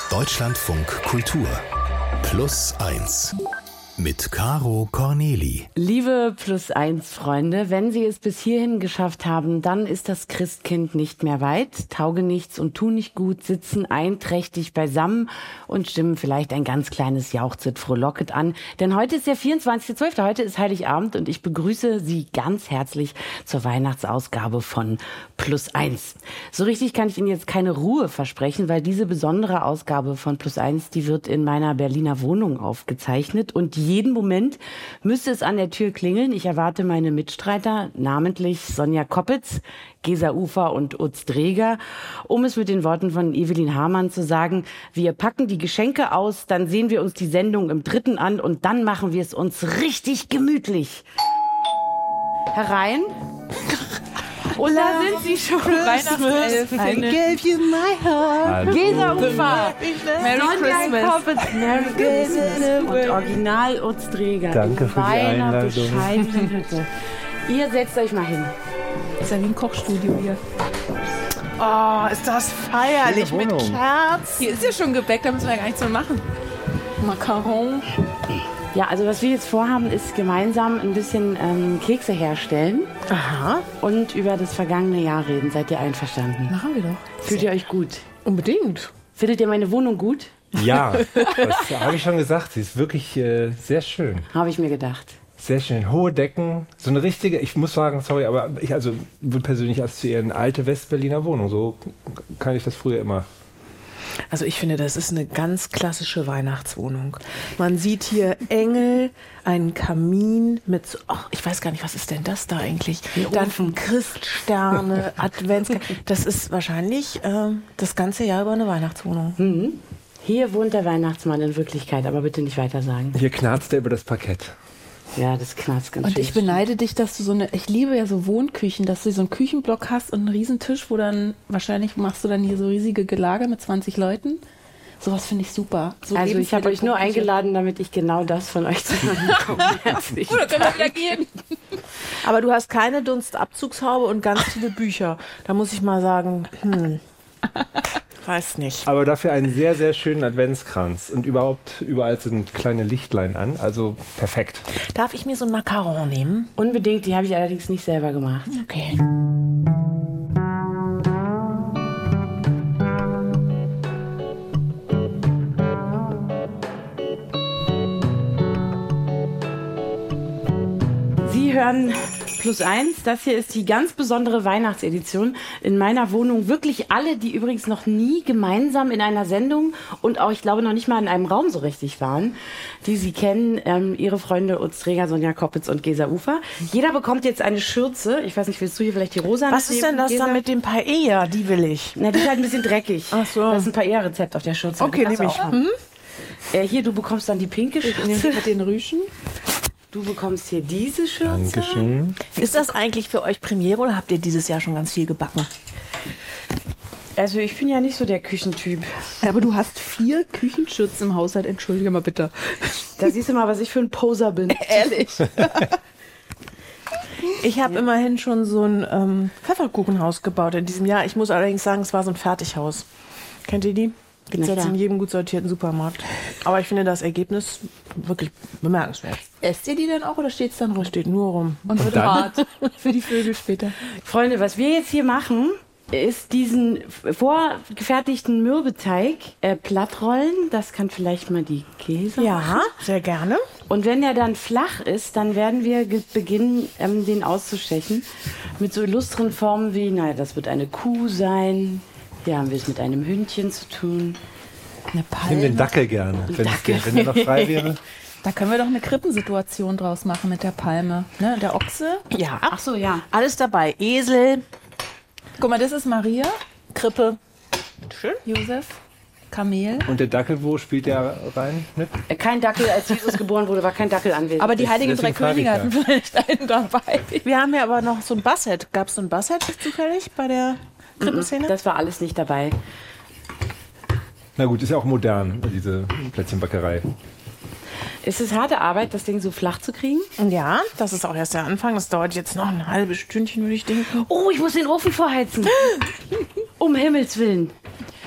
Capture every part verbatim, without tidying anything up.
Deutschlandfunk Kultur Plus eins mit Caro Corneli. Liebe Plus eins Freunde, wenn Sie es bis hierhin geschafft haben, dann ist das Christkind nicht mehr weit. Taugenichts und tu nicht gut sitzen einträchtig beisammen und stimmen vielleicht ein ganz kleines Jauchzet frohlocket an. Denn heute ist der vierundzwanzigster zwölfter Heute ist Heiligabend und ich begrüße Sie ganz herzlich zur Weihnachtsausgabe von Plus eins. So richtig kann ich Ihnen jetzt keine Ruhe versprechen, weil diese besondere Ausgabe von Plus eins, die wird in meiner Berliner Wohnung aufgezeichnet und jeden Moment müsste es an der Tür klingeln. Ich erwarte meine Mitstreiter, namentlich Sonja Koppitz, Gesa Ufer und Utz Dreger, um es mit den Worten von Evelyn Hamann zu sagen: Wir packen die Geschenke aus, dann sehen wir uns die Sendung im Dritten an und dann machen wir es uns richtig gemütlich. Herein. Und da sind sie schon. Weihnachtselfen. I gave you my heart. Gesa Ufer. Merry Sonja Koppitz. Merry Christmas. Und Original Utz Dreger. Danke für die Einladung. Bescheidene Hütte. Ihr setzt euch mal hin. Ist ja wie ein Kochstudio hier. Oh, ist das feierlich mit Wohnung. Kerzen. Hier ist ja schon Gebäck, da müssen wir ja gar nichts mehr machen. Macaron. Ja, also was wir jetzt vorhaben, ist gemeinsam ein bisschen ähm, Kekse herstellen. Aha. Und über das vergangene Jahr reden. Seid ihr einverstanden? Machen wir doch. Fühlt ihr euch gut? Unbedingt. Findet ihr meine Wohnung gut? Ja, das habe ich schon gesagt. Sie ist wirklich äh, sehr schön. Habe ich mir gedacht. Sehr schön. Hohe Decken. So eine richtige, ich muss sagen, sorry, aber ich also würde persönlich assoziieren, eine alte Westberliner Wohnung. So kann ich das früher immer. Also ich finde, das ist eine ganz klassische Weihnachtswohnung. Man sieht hier Engel, einen Kamin mit, so, ach, ich weiß gar nicht, was ist denn das da eigentlich? Dann Christsterne, Adventskalender. Das ist wahrscheinlich äh, das ganze Jahr über eine Weihnachtswohnung. Mhm. Hier wohnt der Weihnachtsmann in Wirklichkeit, aber bitte nicht weiter sagen. Hier knarzt er über das Parkett. Ja, das knarzt ganz Und schön. ich beneide dich, dass du so eine, ich liebe ja so Wohnküchen, dass du so einen Küchenblock hast und einen Riesentisch, wo dann, wahrscheinlich machst du dann hier so riesige Gelage mit zwanzig Leuten. Sowas finde ich super. So Also ich habe euch nur Lebensmittelküche. eingeladen, damit ich genau das von euch zu hören bekomme. Herzlich. Oder können wir wieder gehen? Aber du hast keine Dunstabzugshaube und ganz viele Bücher. Da muss ich mal sagen, hm, weiß nicht. Aber dafür einen sehr, sehr schönen Adventskranz. Und überhaupt, überall sind kleine Lichtlein an. Also perfekt. Darf ich mir so ein Macaron nehmen? Unbedingt, die habe ich allerdings nicht selber gemacht. Okay. Sie hören Plus eins. Das hier ist die ganz besondere Weihnachtsedition. In meiner Wohnung wirklich alle, die übrigens noch nie gemeinsam in einer Sendung und auch, ich glaube, noch nicht mal in einem Raum so richtig waren, die Sie kennen, ähm, Ihre Freunde Utz Dreger, Sonja Koppitz und Gesa Ufer. Jeder bekommt jetzt eine Schürze. Ich weiß nicht, willst du hier vielleicht die rosa Was ist denn das da mit dem Paella? Die will ich. Na, die ist halt ein bisschen dreckig. Ach so. Da ist ein Paella-Rezept auf der Schürze. Okay, Die kannst nehme du ich. auch haben. Äh, hier, du bekommst dann die pinke Schürze. Mit den Rüschen. Du bekommst hier diese Schürze. Dankeschön. Ist das eigentlich für euch Premiere oder habt ihr dieses Jahr schon ganz viel gebacken? Also ich bin ja nicht so der Küchentyp. Aber du hast vier Küchenschürzen im Haushalt, entschuldige mal bitte. Da siehst du mal, was ich für ein Poser bin. Ehrlich. Ich habe immerhin schon so ein ähm, Pfefferkuchenhaus gebaut in diesem Jahr. Ich muss allerdings sagen, es war so ein Fertighaus. Kennt ihr die? Gibt es Na jetzt klar. in jedem gut sortierten Supermarkt. Aber ich finde das Ergebnis wirklich bemerkenswert. Esst ihr die denn auch oder steht es dann rum? Steht nur rum. Und wird hart für die Vögel später. Freunde, was wir jetzt hier machen, ist diesen vorgefertigten Mürbeteig äh, plattrollen. Das kann vielleicht mal die Käse. Ja, sehr gerne. Und wenn der dann flach ist, dann werden wir ge- beginnen, ähm, den auszustechen. Mit so illustren Formen wie, naja, das wird eine Kuh sein. Hier haben wir es mit einem Hündchen zu tun. Eine Ich nehme den Palme. Dackel gerne, wenn, es Dackel. geht, wenn der noch frei wäre. Da können wir doch eine Krippensituation draus machen mit der Palme. Ne? Der Ochse. Ja, Ach so, ja. alles dabei. Esel, Guck mal, das ist Maria. Krippe. Schön. Josef. Kamel. Und der Dackel, wo spielt der rein mit? Äh, Kein Dackel, als Jesus geboren wurde, war kein Dackel anwesend. Aber die Heiligen Drei deswegen frage ich Könige ja. hatten vielleicht einen dabei. Wir haben ja aber noch so ein Bassett. Gab es so ein Bassett zufällig bei der Krippenszene? das war alles nicht dabei. Na gut, ist ja auch modern, diese Plätzchenbackerei. Ist es harte Arbeit, das Ding so flach zu kriegen? Ja, das ist auch erst der Anfang. Das dauert jetzt noch ein halbes Stündchen, würde ich denken. Oh, ich muss den Ofen vorheizen. Um Himmels Willen.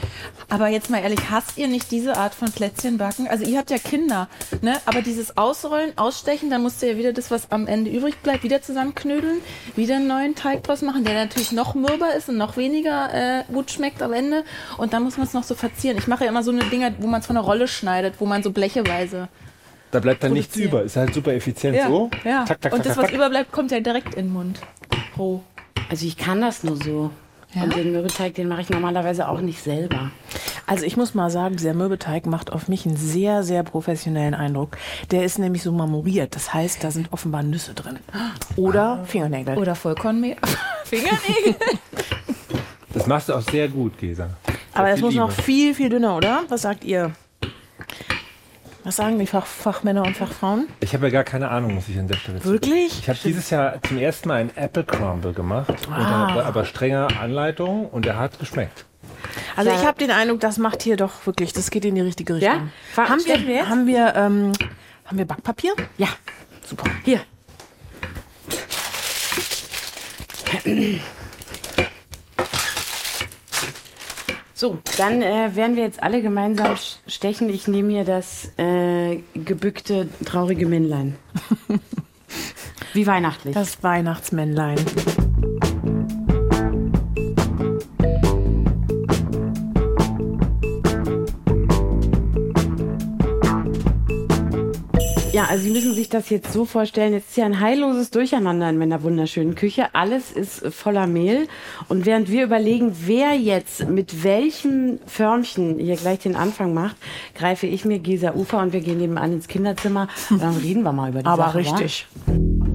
Aber jetzt mal ehrlich, hasst ihr nicht diese Art von Plätzchen backen? Also ihr habt ja Kinder, ne? Aber dieses Ausrollen, Ausstechen, dann musst du ja wieder das, was am Ende übrig bleibt, wieder zusammenknödeln, wieder einen neuen Teig draus machen, der natürlich noch mürber ist und noch weniger äh, gut schmeckt am Ende. Und dann muss man es noch so verzieren. Ich mache ja immer so eine Dinger, wo man es von einer Rolle schneidet, wo man so blecheweise... Da bleibt dann nichts über. Ist halt super effizient ja, so. Ja. Zack, zack, und das, zack, was zack. überbleibt, kommt ja direkt in den Mund. Roh. Also ich kann das nur so. Ja? Und den Mürbeteig, den mache ich normalerweise auch nicht selber. Also ich muss mal sagen, dieser Mürbeteig macht auf mich einen sehr, sehr professionellen Eindruck. Der ist nämlich so marmoriert. Das heißt, da sind offenbar Nüsse drin. Oder ah. Fingernägel. Oder Vollkornmehl. Fingernägel. Das machst du auch sehr gut, Gesa. Aber es muss Liebe. noch viel, viel dünner, oder? Was sagt ihr? Was sagen die Fach Fachmänner und Fachfrauen? Ich habe ja gar keine Ahnung, muss ich an der Stelle sagen. Wirklich? Ich habe dieses Jahr zum ersten Mal einen Apple Crumble gemacht, Ah. unter aber strenger Anleitung, und der hat geschmeckt. Also Ja. ich habe den Eindruck, das macht hier doch wirklich, das geht in die richtige Richtung. Ja? Fa- Haben stellen wir wir, jetzt? haben wir, ähm, haben wir Backpapier? Ja, Super. hier. So, dann äh, werden wir jetzt alle gemeinsam sch- stechen. Ich nehme hier das äh, gebückte, traurige Männlein. Wie weihnachtlich. Das Weihnachtsmännlein. Ja, also Sie müssen sich das jetzt so vorstellen, jetzt ist ja ein heilloses Durcheinander in meiner wunderschönen Küche. Alles ist voller Mehl. Und während wir überlegen, wer jetzt mit welchem Förmchen hier gleich den Anfang macht, greife ich mir Gesa Ufer und wir gehen nebenan ins Kinderzimmer. Und dann reden wir mal über die Aber Sache, richtig. Wa?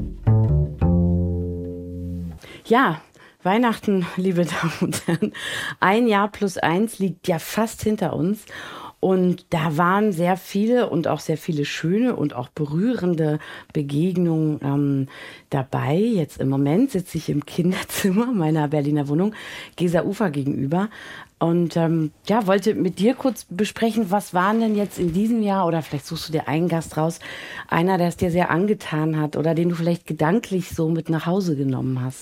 Ja, Weihnachten, liebe Damen und Herren. Ein Jahr plus eins liegt ja fast hinter uns. Und da waren sehr viele und auch sehr viele schöne und auch berührende Begegnungen ähm, dabei. Jetzt im Moment sitze ich im Kinderzimmer meiner Berliner Wohnung Gesa Ufer gegenüber und ähm, ja, wollte mit dir kurz besprechen, was waren denn jetzt in diesem Jahr, oder vielleicht suchst du dir einen Gast raus, einer, der es dir sehr angetan hat oder den du vielleicht gedanklich so mit nach Hause genommen hast.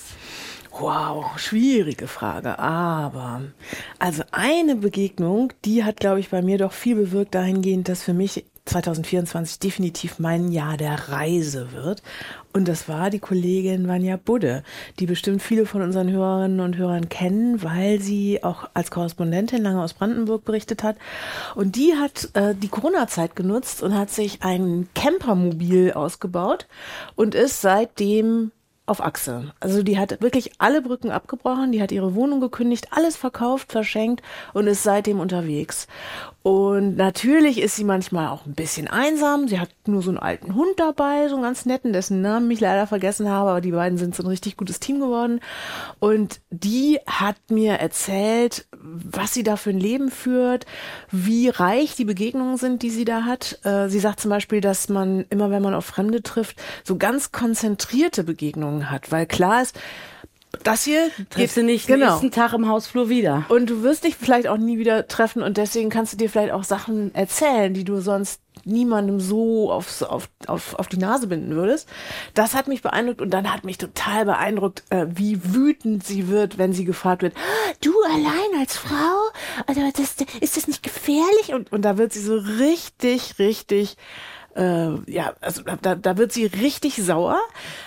Wow, schwierige Frage. Aber, also eine Begegnung, die hat, glaube ich, bei mir doch viel bewirkt dahingehend, dass für mich zwanzig vierundzwanzig definitiv mein Jahr der Reise wird. Und das war die Kollegin Vanja Budde, die bestimmt viele von unseren Hörerinnen und Hörern kennen, weil sie auch als Korrespondentin lange aus Brandenburg berichtet hat. Und die hat äh, die Corona-Zeit genutzt und hat sich ein Campermobil ausgebaut und ist seitdem auf Achse. Also die hat wirklich alle Brücken abgebrochen, die hat ihre Wohnung gekündigt, alles verkauft, verschenkt und ist seitdem unterwegs. Und natürlich ist sie manchmal auch ein bisschen einsam. Sie hat nur so einen alten Hund dabei, so einen ganz netten, dessen Namen ich leider vergessen habe, aber die beiden sind so ein richtig gutes Team geworden. Und die hat mir erzählt, was sie da für ein Leben führt, wie reich die Begegnungen sind, die sie da hat. Sie sagt zum Beispiel, dass man immer, wenn man auf Fremde trifft, so ganz konzentrierte Begegnungen hat, weil klar ist, das hier Triffst du nicht genau. den nächsten Tag im Hausflur wieder. Und du wirst dich vielleicht auch nie wieder treffen und deswegen kannst du dir vielleicht auch Sachen erzählen, die du sonst niemandem so aufs, auf, auf, auf die Nase binden würdest. Das hat mich beeindruckt und dann hat mich total beeindruckt, äh, wie wütend sie wird, wenn sie gefragt wird, du allein als Frau? Also das, ist das nicht gefährlich? Und, und da wird sie so richtig, richtig, äh, ja, also da, da wird sie richtig sauer.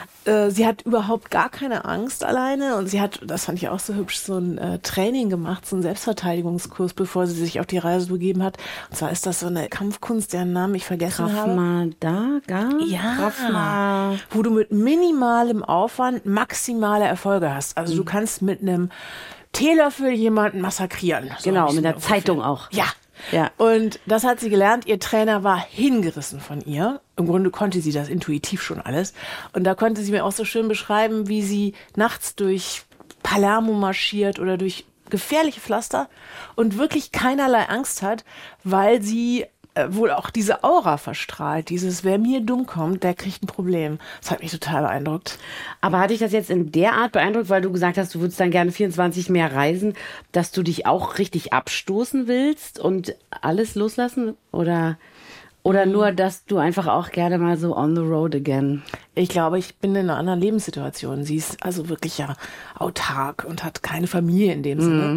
Sie hat überhaupt gar keine Angst alleine und sie hat, das fand ich auch so hübsch, so ein äh, Training gemacht, so einen Selbstverteidigungskurs, bevor sie sich auf die Reise begeben hat. Und zwar ist das so eine Kampfkunst, deren Namen ich vergessen Krav habe. Maga? Ja, Krav Ma- wo du mit minimalem Aufwand maximale Erfolge hast. Also du kannst mit einem Teelöffel jemanden massakrieren. So Genau, ein bisschen mit der ungefähr. Zeitung auch. Ja. Ja. Und das hat sie gelernt. Ihr Trainer war hingerissen von ihr. Im Grunde konnte sie das intuitiv schon alles. Und da konnte sie mir auch so schön beschreiben, wie sie nachts durch Palermo marschiert oder durch gefährliche Pflaster und wirklich keinerlei Angst hat, weil sie äh, wohl auch diese Aura verstrahlt. Dieses, wer mir dumm kommt, der kriegt ein Problem. Das hat mich total beeindruckt. Aber hat dich das jetzt in der Art beeindruckt, weil du gesagt hast, du würdest dann gerne vierundzwanzig mehr reisen, dass du dich auch richtig abstoßen willst und alles loslassen? Oder, oder nur, dass du einfach auch gerne mal so on the road again? Ich glaube, ich bin in einer anderen Lebenssituation. Sie ist also wirklich ja autark und hat keine Familie in dem Sinne.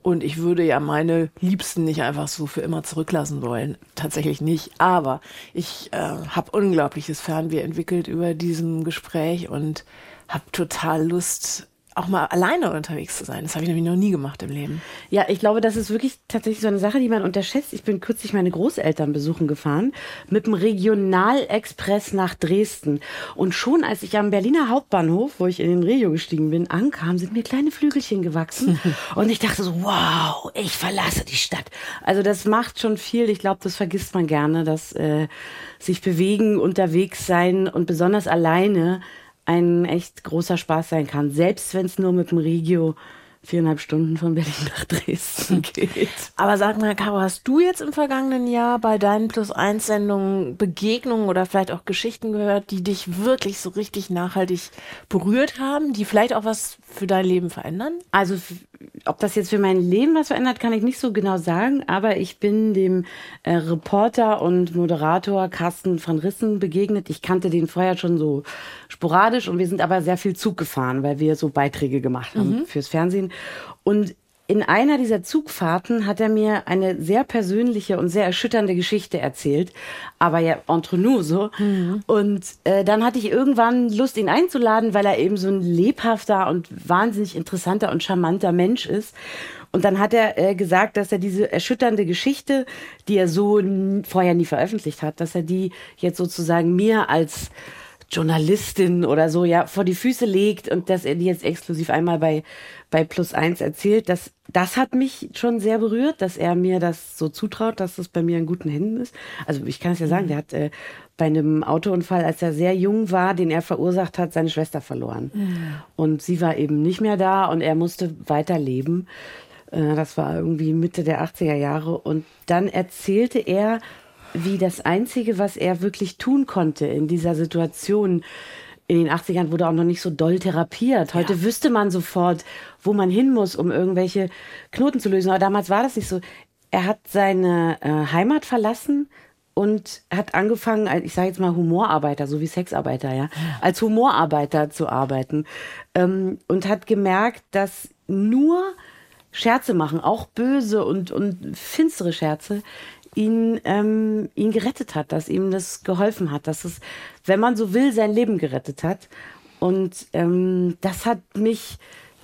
Und ich würde ja meine Liebsten nicht einfach so für immer zurücklassen wollen. Tatsächlich nicht. Aber ich äh, habe unglaubliches Fernweh entwickelt über diesem Gespräch und habe total Lust, auch mal alleine unterwegs zu sein. Das habe ich nämlich noch nie gemacht im Leben. Ja, ich glaube, das ist wirklich tatsächlich so eine Sache, die man unterschätzt. Ich bin kürzlich meine Großeltern besuchen gefahren mit dem Regionalexpress nach Dresden. Und schon als ich am Berliner Hauptbahnhof, wo ich in den Regio gestiegen bin, ankam, sind mir kleine Flügelchen gewachsen. Und ich dachte so, wow, ich verlasse die Stadt. Also das macht schon viel. Ich glaube, das vergisst man gerne, dass äh, sich bewegen, unterwegs sein und besonders alleine ein echt großer Spaß sein kann, selbst wenn es nur mit dem Regio viereinhalb Stunden von Berlin nach Dresden geht. Aber sag mal, Caro, hast du jetzt im vergangenen Jahr bei deinen Plus eins Sendungen Begegnungen oder vielleicht auch Geschichten gehört, die dich wirklich so richtig nachhaltig berührt haben, die vielleicht auch was für dein Leben verändern? Also ob das jetzt für mein Leben was verändert, kann ich nicht so genau sagen, aber ich bin dem äh, Reporter und Moderator Carsten van Rissen begegnet. Ich kannte den vorher schon so sporadisch und wir sind aber sehr viel Zug gefahren, weil wir so Beiträge gemacht haben mhm. fürs Fernsehen. Und in einer dieser Zugfahrten hat er mir eine sehr persönliche und sehr erschütternde Geschichte erzählt, aber ja entre nous so. Mhm. Und äh, dann hatte ich irgendwann Lust, ihn einzuladen, weil er eben so ein lebhafter und wahnsinnig interessanter und charmanter Mensch ist. Und dann hat er äh, gesagt, dass er diese erschütternde Geschichte, die er so n- vorher nie veröffentlicht hat, dass er die jetzt sozusagen mir als Journalistin oder so ja vor die Füße legt und dass er die jetzt exklusiv einmal bei bei Plus eins erzählt. Das, das hat mich schon sehr berührt, dass er mir das so zutraut, dass das bei mir in guten Händen ist. Also ich kann es ja sagen, mhm. der hat äh, bei einem Autounfall, als er sehr jung war, den er verursacht hat, seine Schwester verloren. Mhm. Und sie war eben nicht mehr da und er musste weiterleben. Äh, das war irgendwie Mitte der achtziger Jahre. Und dann erzählte er, wie das Einzige, was er wirklich tun konnte in dieser Situation, in den achtzigern wurde auch noch nicht so doll therapiert. Heute ja. wüsste man sofort, wo man hin muss, um irgendwelche Knoten zu lösen. Aber damals war das nicht so. Er hat seine äh, Heimat verlassen und hat angefangen, ich sage jetzt mal Humorarbeiter, so wie Sexarbeiter, ja, ja. als Humorarbeiter zu arbeiten. Ähm, und hat gemerkt, dass nur Scherze machen, auch böse und, und finstere Scherze, ihn, ähm, ihn gerettet hat, dass ihm das geholfen hat, dass es, wenn man so will, sein Leben gerettet hat. Und ähm, das hat mich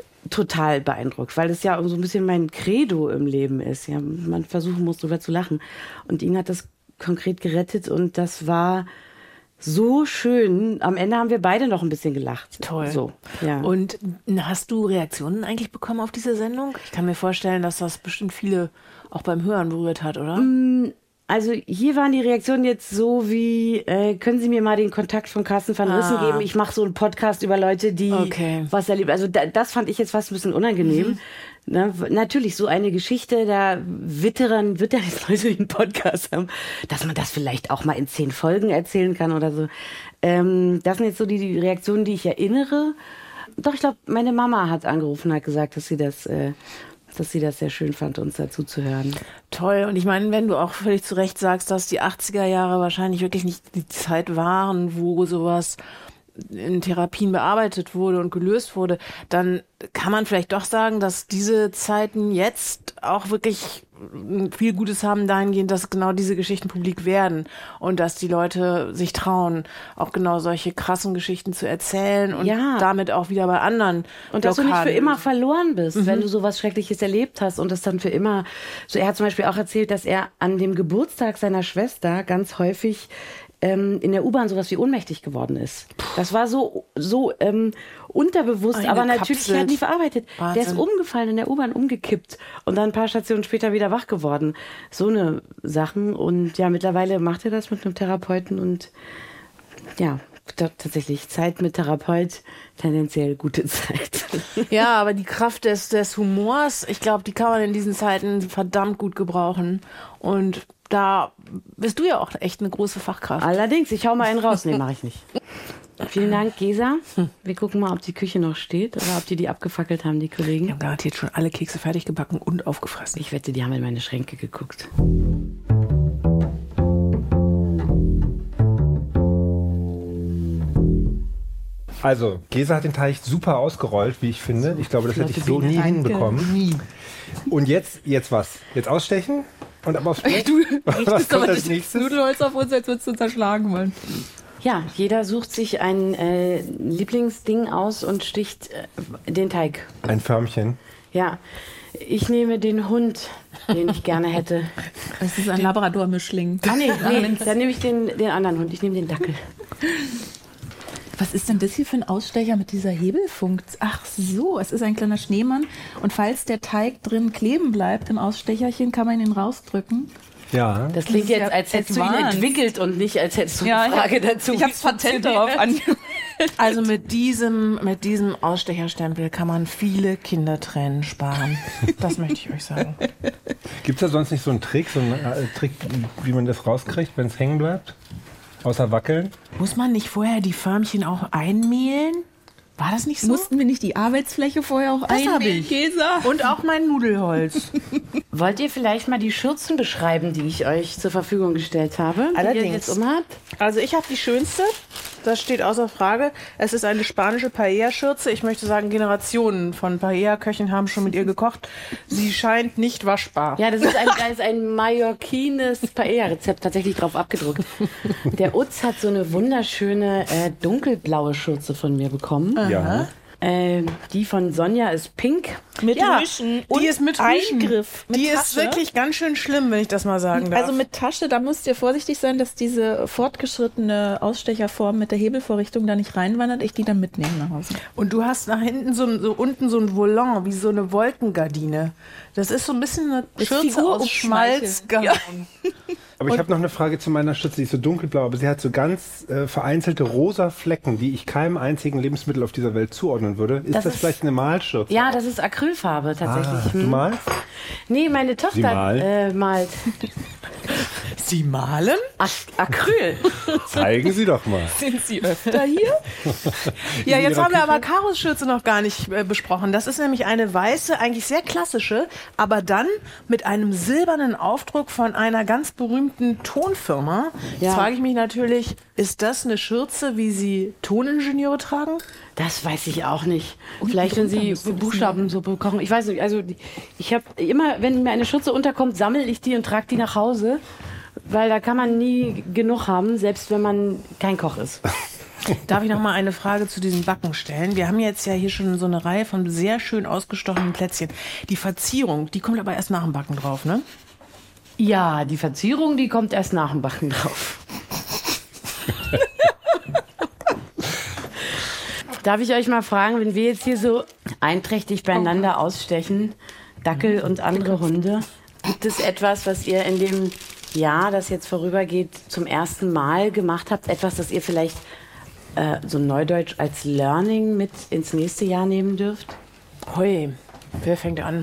total beeindruckt, weil das ja so ein bisschen mein Credo im Leben ist. Ja, man versuchen muss, drüber zu lachen. Und ihn hat das konkret gerettet und das war so schön. Am Ende haben wir beide noch ein bisschen gelacht. Toll. So, ja. Und hast du Reaktionen eigentlich bekommen auf diese Sendung? Ich kann mir vorstellen, dass das bestimmt viele auch beim Hören berührt hat, oder? Also hier waren die Reaktionen jetzt so wie, äh, können Sie mir mal den Kontakt von Carsten van Rissen ah. geben? Ich mache so einen Podcast über Leute, die okay. was erleben. Also da, das fand ich jetzt fast ein bisschen unangenehm. Mhm. Na, natürlich, so eine Geschichte, da wittern, wittern jetzt Leute, die einen Podcast haben, dass man das vielleicht auch mal in zehn Folgen erzählen kann oder so. Ähm, das sind jetzt so die, die Reaktionen, die ich erinnere. Doch, ich glaube, meine Mama hat angerufen und hat gesagt, dass sie das... Äh, dass sie das sehr schön fand, uns dazu zu hören. Toll. Und ich meine, wenn du auch völlig zu Recht sagst, dass die achtziger Jahre wahrscheinlich wirklich nicht die Zeit waren, wo sowas in Therapien bearbeitet wurde und gelöst wurde, dann kann man vielleicht doch sagen, dass diese Zeiten jetzt auch wirklich viel Gutes haben dahingehend, dass genau diese Geschichten publik werden und dass die Leute sich trauen, auch genau solche krassen Geschichten zu erzählen und ja. damit auch wieder bei anderen und dass Blockaden. Du nicht für immer verloren bist, mhm. wenn du sowas Schreckliches erlebt hast und das dann für immer, so er hat zum Beispiel auch erzählt, dass er an dem Geburtstag seiner Schwester ganz häufig ähm, in der U-Bahn sowas wie ohnmächtig geworden ist. Das war so so ähm, unterbewusst, aber natürlich hat nie verarbeitet. Wahnsinn. Der ist umgefallen in der U-Bahn, umgekippt und dann ein paar Stationen später wieder wach geworden. So eine Sachen und ja, mittlerweile macht er das mit einem Therapeuten und ja, t- tatsächlich Zeit mit Therapeut, tendenziell gute Zeit. Ja, aber die Kraft des, des Humors, ich glaube, die kann man in diesen Zeiten verdammt gut gebrauchen und da bist du ja auch echt eine große Fachkraft. Allerdings, ich hau mal einen raus. Nee, mache ich nicht. Vielen Dank, Gesa. Wir gucken mal, ob die Küche noch steht oder ob die die abgefackelt haben, die Kollegen. Die haben garantiert schon alle Kekse fertig gebacken und aufgefressen. Ich wette, die haben in meine Schränke geguckt. Also, Gesa hat den Teich super ausgerollt, wie ich finde. Ich glaube, das hätte ich so nie hinbekommen. Nie. Und jetzt, jetzt was? Jetzt ausstechen? Und ab aufs Blech? Du Was richtest kommt aber als das nächstes? Nudelholz auf uns, als würdest du uns erschlagen wollen. Ja, jeder sucht sich ein äh, Lieblingsding aus und sticht äh, den Teig. Ein Förmchen. Ja, ich nehme den Hund, den ich gerne hätte. Das ist ein Labrador-Mischling. Ah, nee, nee, dann nehme ich den, den anderen Hund. Ich nehme den Dackel. Was ist denn das hier für ein Ausstecher mit dieser Hebelfunktion? Ach so, es ist ein kleiner Schneemann. Und falls der Teig drin kleben bleibt im Ausstecherchen, kann man ihn rausdrücken. Ja. Das klingt Das ist jetzt, ja als hättest du ihn advanced. entwickelt und nicht, als hättest du Ja, eine Frage ich hab, dazu. Ich habe das Patent darauf angemeldet. Also mit diesem, mit diesem Ausstecherstempel kann man viele Kindertränen sparen. Das möchte ich euch sagen. Gibt es da sonst nicht so einen Trick, so einen äh, Trick, wie man das rauskriegt, wenn es hängen bleibt? Außer wackeln? Muss man nicht vorher die Förmchen auch einmehlen? War das nicht so? Mussten wir nicht die Arbeitsfläche vorher auch Das hab einmähen, ich. Gesa? Und auch mein Nudelholz. Wollt ihr vielleicht mal die Schürzen beschreiben, die ich euch zur Verfügung gestellt habe? Die ihr Allerdings. jetzt umhabt? Also ich habe die schönste, das steht außer Frage. Es ist eine spanische Paella-Schürze. Ich möchte sagen, Generationen von Paella-Köchen haben schon mit ihr gekocht. Sie scheint nicht waschbar. Ja, das ist ein, da ist ein mallorquines Paella-Rezept tatsächlich drauf abgedruckt. Der Utz hat so eine wunderschöne äh, dunkelblaue Schürze von mir bekommen. Ja. Ähm, die von Sonja ist pink. Mit Ja, Rüschen die und ist mit Rüschen. Eingriff. Mit Die Tasche. ist wirklich ganz schön schlimm, wenn ich das mal sagen darf. Also mit Tasche, da musst ihr vorsichtig sein, dass diese fortgeschrittene Ausstecherform mit der Hebelvorrichtung da nicht reinwandert. Ich die dann mitnehme nach Hause. Und du hast nach hinten so, ein- so unten so ein Volant, wie so eine Wolkengardine. Das ist so ein bisschen eine Ist Schürze Figur aus umschmeicheln. Schmalz gehauen. Aber ich habe noch eine Frage zu meiner Schürze, die ist so dunkelblau, aber sie hat so ganz äh, vereinzelte rosa Flecken, die ich keinem einzigen Lebensmittel auf dieser Welt zuordnen würde. Ist das, Das ist- vielleicht eine Malschürze? Ja, das ist Acrylfarbe tatsächlich. Ah, du Hm. malst? Nee, meine Sie Tochter malt? äh, malt Sie malen? Ac Acryl. Zeigen Sie doch mal. Sind Sie öfter hier? Ja, In jetzt ihrer haben wir Küche? aber Karos Schürze noch gar nicht äh, besprochen. Das ist nämlich eine weiße, eigentlich sehr klassische, aber dann mit einem silbernen Aufdruck von einer ganz berühmten Tonfirma. Jetzt Ja. frage ich mich natürlich, ist das eine Schürze, wie sie Toningenieure tragen? Das weiß ich auch nicht. Vielleicht, wenn sie Buchstabensuppe kochen. Ich weiß nicht. Also die- ich habe immer, wenn mir eine Schürze unterkommt, sammle ich die und trage die nach Hause. Weil da kann man nie genug haben, selbst wenn man kein Koch ist. Darf ich noch mal eine Frage zu diesen Backen stellen? Wir haben jetzt ja hier schon so eine Reihe von sehr schön ausgestochenen Plätzchen. Die Verzierung, die kommt aber erst nach dem Backen drauf, ne? Ja, die Verzierung, die kommt erst nach dem Backen drauf. Darf ich euch mal fragen, wenn wir jetzt hier so einträchtig beieinander ausstechen, Dackel und andere Hunde, gibt es etwas, was ihr in dem Jahr, das jetzt vorübergeht, zum ersten Mal gemacht habt? Etwas, das ihr vielleicht äh, so neudeutsch als Learning mit ins nächste Jahr nehmen dürft? Hui, wer fängt an?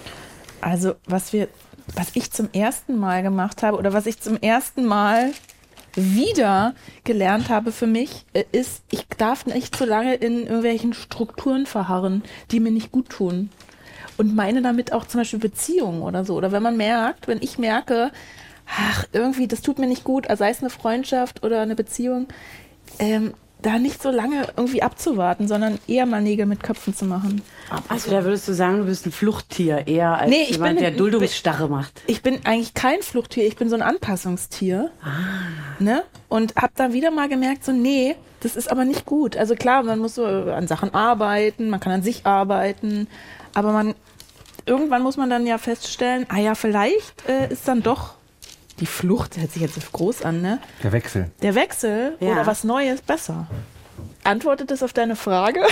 Also was wir, was ich zum ersten Mal gemacht habe oder was ich zum ersten Mal wieder gelernt habe für mich, äh, ist, ich darf nicht so lange in irgendwelchen Strukturen verharren, die mir nicht gut tun. Und meine damit auch zum Beispiel Beziehungen oder so. Oder wenn man merkt, wenn ich merke, ach, irgendwie, das tut mir nicht gut, also sei es eine Freundschaft oder eine Beziehung, ähm, da nicht so lange irgendwie abzuwarten, sondern eher mal Nägel mit Köpfen zu machen. Also da würdest du sagen, du bist ein Fluchttier, eher als Nee, ich jemand, bin- der Duldungsstarre macht. Ich bin eigentlich kein Fluchttier, ich bin so ein Anpassungstier. Ne? Und habe da wieder mal gemerkt, so nee, das ist aber nicht gut. Also klar, man muss so an Sachen arbeiten, man kann an sich arbeiten, aber man irgendwann muss man dann ja feststellen, ah ja, vielleicht äh, ist dann doch die Flucht, hört sich jetzt so groß an, ne? Der Wechsel. Der Wechsel Ja. oder was Neues besser. Antwortet das auf deine Frage?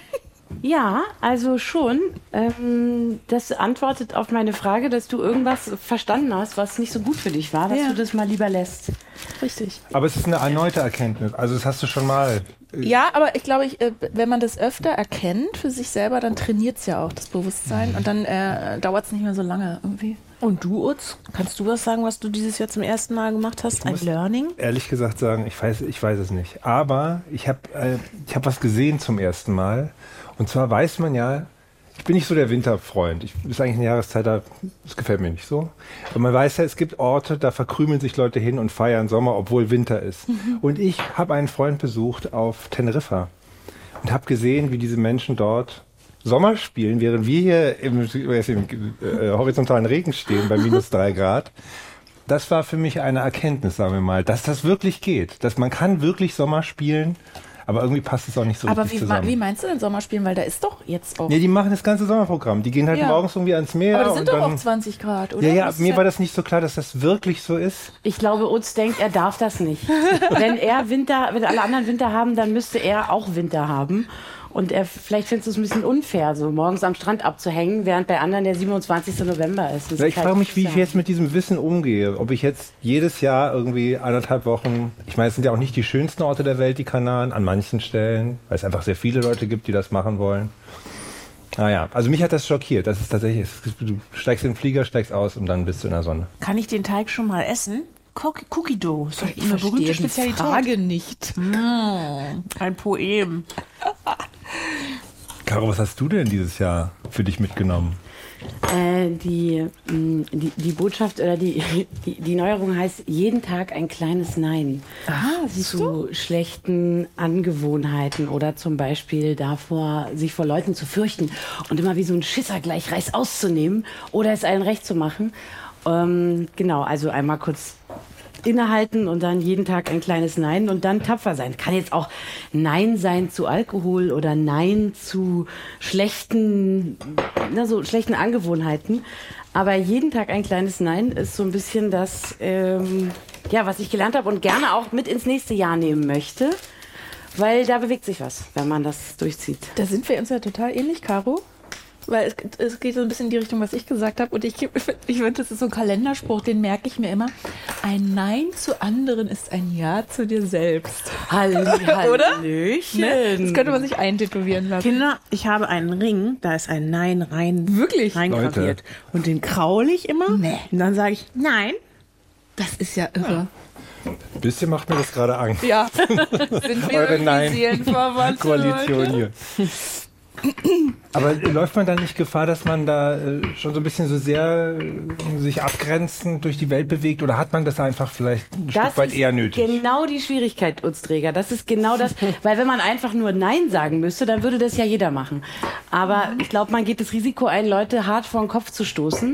Ja, also schon. Ähm, das antwortet auf meine Frage, dass du irgendwas verstanden hast, was nicht so gut für dich war, dass Ja. du das mal lieber lässt. Richtig. Aber es ist eine erneute Erkenntnis. Also das hast du schon mal. äh, Ja, aber ich glaube, ich, äh, wenn man das öfter erkennt für sich selber, dann trainiert es ja auch das Bewusstsein und dann äh, dauert es nicht mehr so lange irgendwie. Und du, Utz, kannst du was sagen, was du dieses Jahr zum ersten Mal gemacht hast? Ein muss- Learning? Ehrlich gesagt sagen, ich weiß, ich weiß es nicht. Aber ich habe äh, ich hab was gesehen zum ersten Mal. Und zwar weiß man ja, ich bin nicht so der Winterfreund. Ich ist eigentlich eine Jahreszeit, da, das gefällt mir nicht so. Aber man weiß ja, es gibt Orte, da verkrümeln sich Leute hin und feiern Sommer, obwohl Winter ist. Und ich habe einen Freund besucht auf Teneriffa und habe gesehen, wie diese Menschen dort Sommer spielen, während wir hier im, im äh, horizontalen Regen stehen bei minus drei Grad. Das war für mich eine Erkenntnis, sagen wir mal, dass das wirklich geht. Dass man kann wirklich Sommer spielen, aber irgendwie passt es auch nicht so Aber richtig wie, zusammen. wie meinst du denn Sommerspielen? Weil da ist doch jetzt auch... Ja, die machen das ganze Sommerprogramm. Die gehen halt Ja. morgens irgendwie ans Meer. aber das sind und doch dann, auch zwanzig Grad, oder? Ja, ja, Das ist mir war das nicht so klar, dass das wirklich so ist. Ich glaube, Utz denkt, er darf das nicht. Wenn er Winter, wenn alle anderen Winter haben, dann müsste er auch Winter haben. Und er, vielleicht findest du es ein bisschen unfair, so morgens am Strand abzuhängen, während bei anderen der siebenundzwanzigste November ist. Das Ja, ist ich halt frage mich, wie ich bizarr. jetzt mit diesem Wissen umgehe. Ob ich jetzt jedes Jahr irgendwie anderthalb Wochen, ich meine, es sind ja auch nicht die schönsten Orte der Welt, die Kanaren, an manchen Stellen, weil es einfach sehr viele Leute gibt, die das machen wollen. Naja, also mich hat das schockiert. Das ist tatsächlich, du steigst in den Flieger, steigst aus und dann bist du in der Sonne. Kann ich den Teig schon mal essen? Cookie, Cookie Dough. Ist doch Ich eine berühmte verstehe die Spezialität. Frage nicht. Ein Poem. Caro, was hast du denn dieses Jahr für dich mitgenommen? Äh, die, mh, die, die Botschaft oder die, die, die Neuerung heißt jeden Tag ein kleines Nein Ah, siehst du? zu schlechten Angewohnheiten oder zum Beispiel davor, sich vor Leuten zu fürchten und immer wie so ein Schisser gleich Reiß auszunehmen oder es allen recht zu machen. Ähm, genau, also einmal kurz innehalten und dann jeden Tag ein kleines Nein und dann tapfer sein. Kann jetzt auch Nein sein zu Alkohol oder Nein zu schlechten, na, so schlechten Angewohnheiten. Aber jeden Tag ein kleines Nein ist so ein bisschen das, ähm, ja, was ich gelernt habe und gerne auch mit ins nächste Jahr nehmen möchte, weil da bewegt sich was, wenn man das durchzieht. Da sind wir uns ja total ähnlich, Caro. Weil es, es geht so ein bisschen in die Richtung, was ich gesagt habe. Und ich, ich finde, das ist so ein Kalenderspruch, den merke ich mir immer. Ein Nein zu anderen ist ein Ja zu dir selbst. Halli, Oder? Hallöchen. Ne? Das könnte man sich eintätowieren lassen. Kinder, ich habe einen Ring, da ist ein Nein rein, Wirklich? reingraviert. Und den kraule ich immer. Nee. Und dann sage ich Nein. Das ist ja irre. Ein bisschen macht mir das gerade Angst. Ja. Sind wir Eure irgendwie Nein- Seelenverwandte, Koalition Leute? hier. Aber äh, läuft man da nicht Gefahr, dass man da äh, schon so ein bisschen so sehr äh, sich abgrenzend durch die Welt bewegt? Oder hat man das einfach vielleicht ein Stück weit ist eher nötig? genau die Schwierigkeit, Utzträger. Das ist genau das, weil wenn man einfach nur Nein sagen müsste, dann würde das ja jeder machen. Aber ich glaube, man geht das Risiko ein, Leute hart vor den Kopf zu stoßen.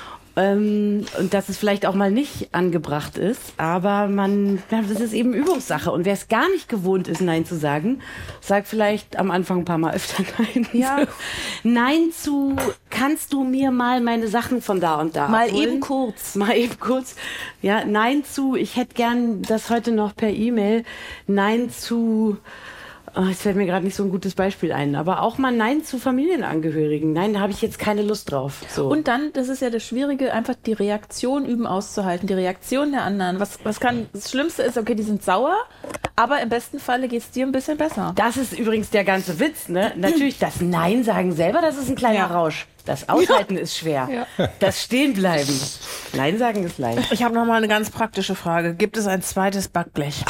Ähm, und dass es vielleicht auch mal nicht angebracht ist, aber man, ja, das ist eben Übungssache. Und wer es gar nicht gewohnt ist, Nein zu sagen, sagt vielleicht am Anfang ein paar Mal öfter Nein. Ja. Nein zu, kannst du mir mal meine Sachen von da und da Mal abholen? eben kurz. Mal eben kurz. Ja, Nein zu, ich hätte gern das heute noch per E-Mail. Nein zu, oh, jetzt fällt mir gerade nicht so ein gutes Beispiel ein, aber auch mal Nein zu Familienangehörigen. Nein, da habe ich jetzt keine Lust drauf. So. Und dann, das ist ja das Schwierige, einfach die Reaktion üben auszuhalten, die Reaktion der anderen. Was, was kann, das Schlimmste ist, okay, die sind sauer, aber im besten Falle geht es dir ein bisschen besser. Das ist übrigens der ganze Witz, ne? Natürlich, das Nein sagen selber, das ist ein kleiner Ja. Rausch. Das Aushalten ist schwer. Ja. Das Stehenbleiben. Nein sagen ist leicht. Ich habe noch mal eine ganz praktische Frage. Gibt es ein zweites Backblech?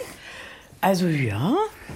Also ja,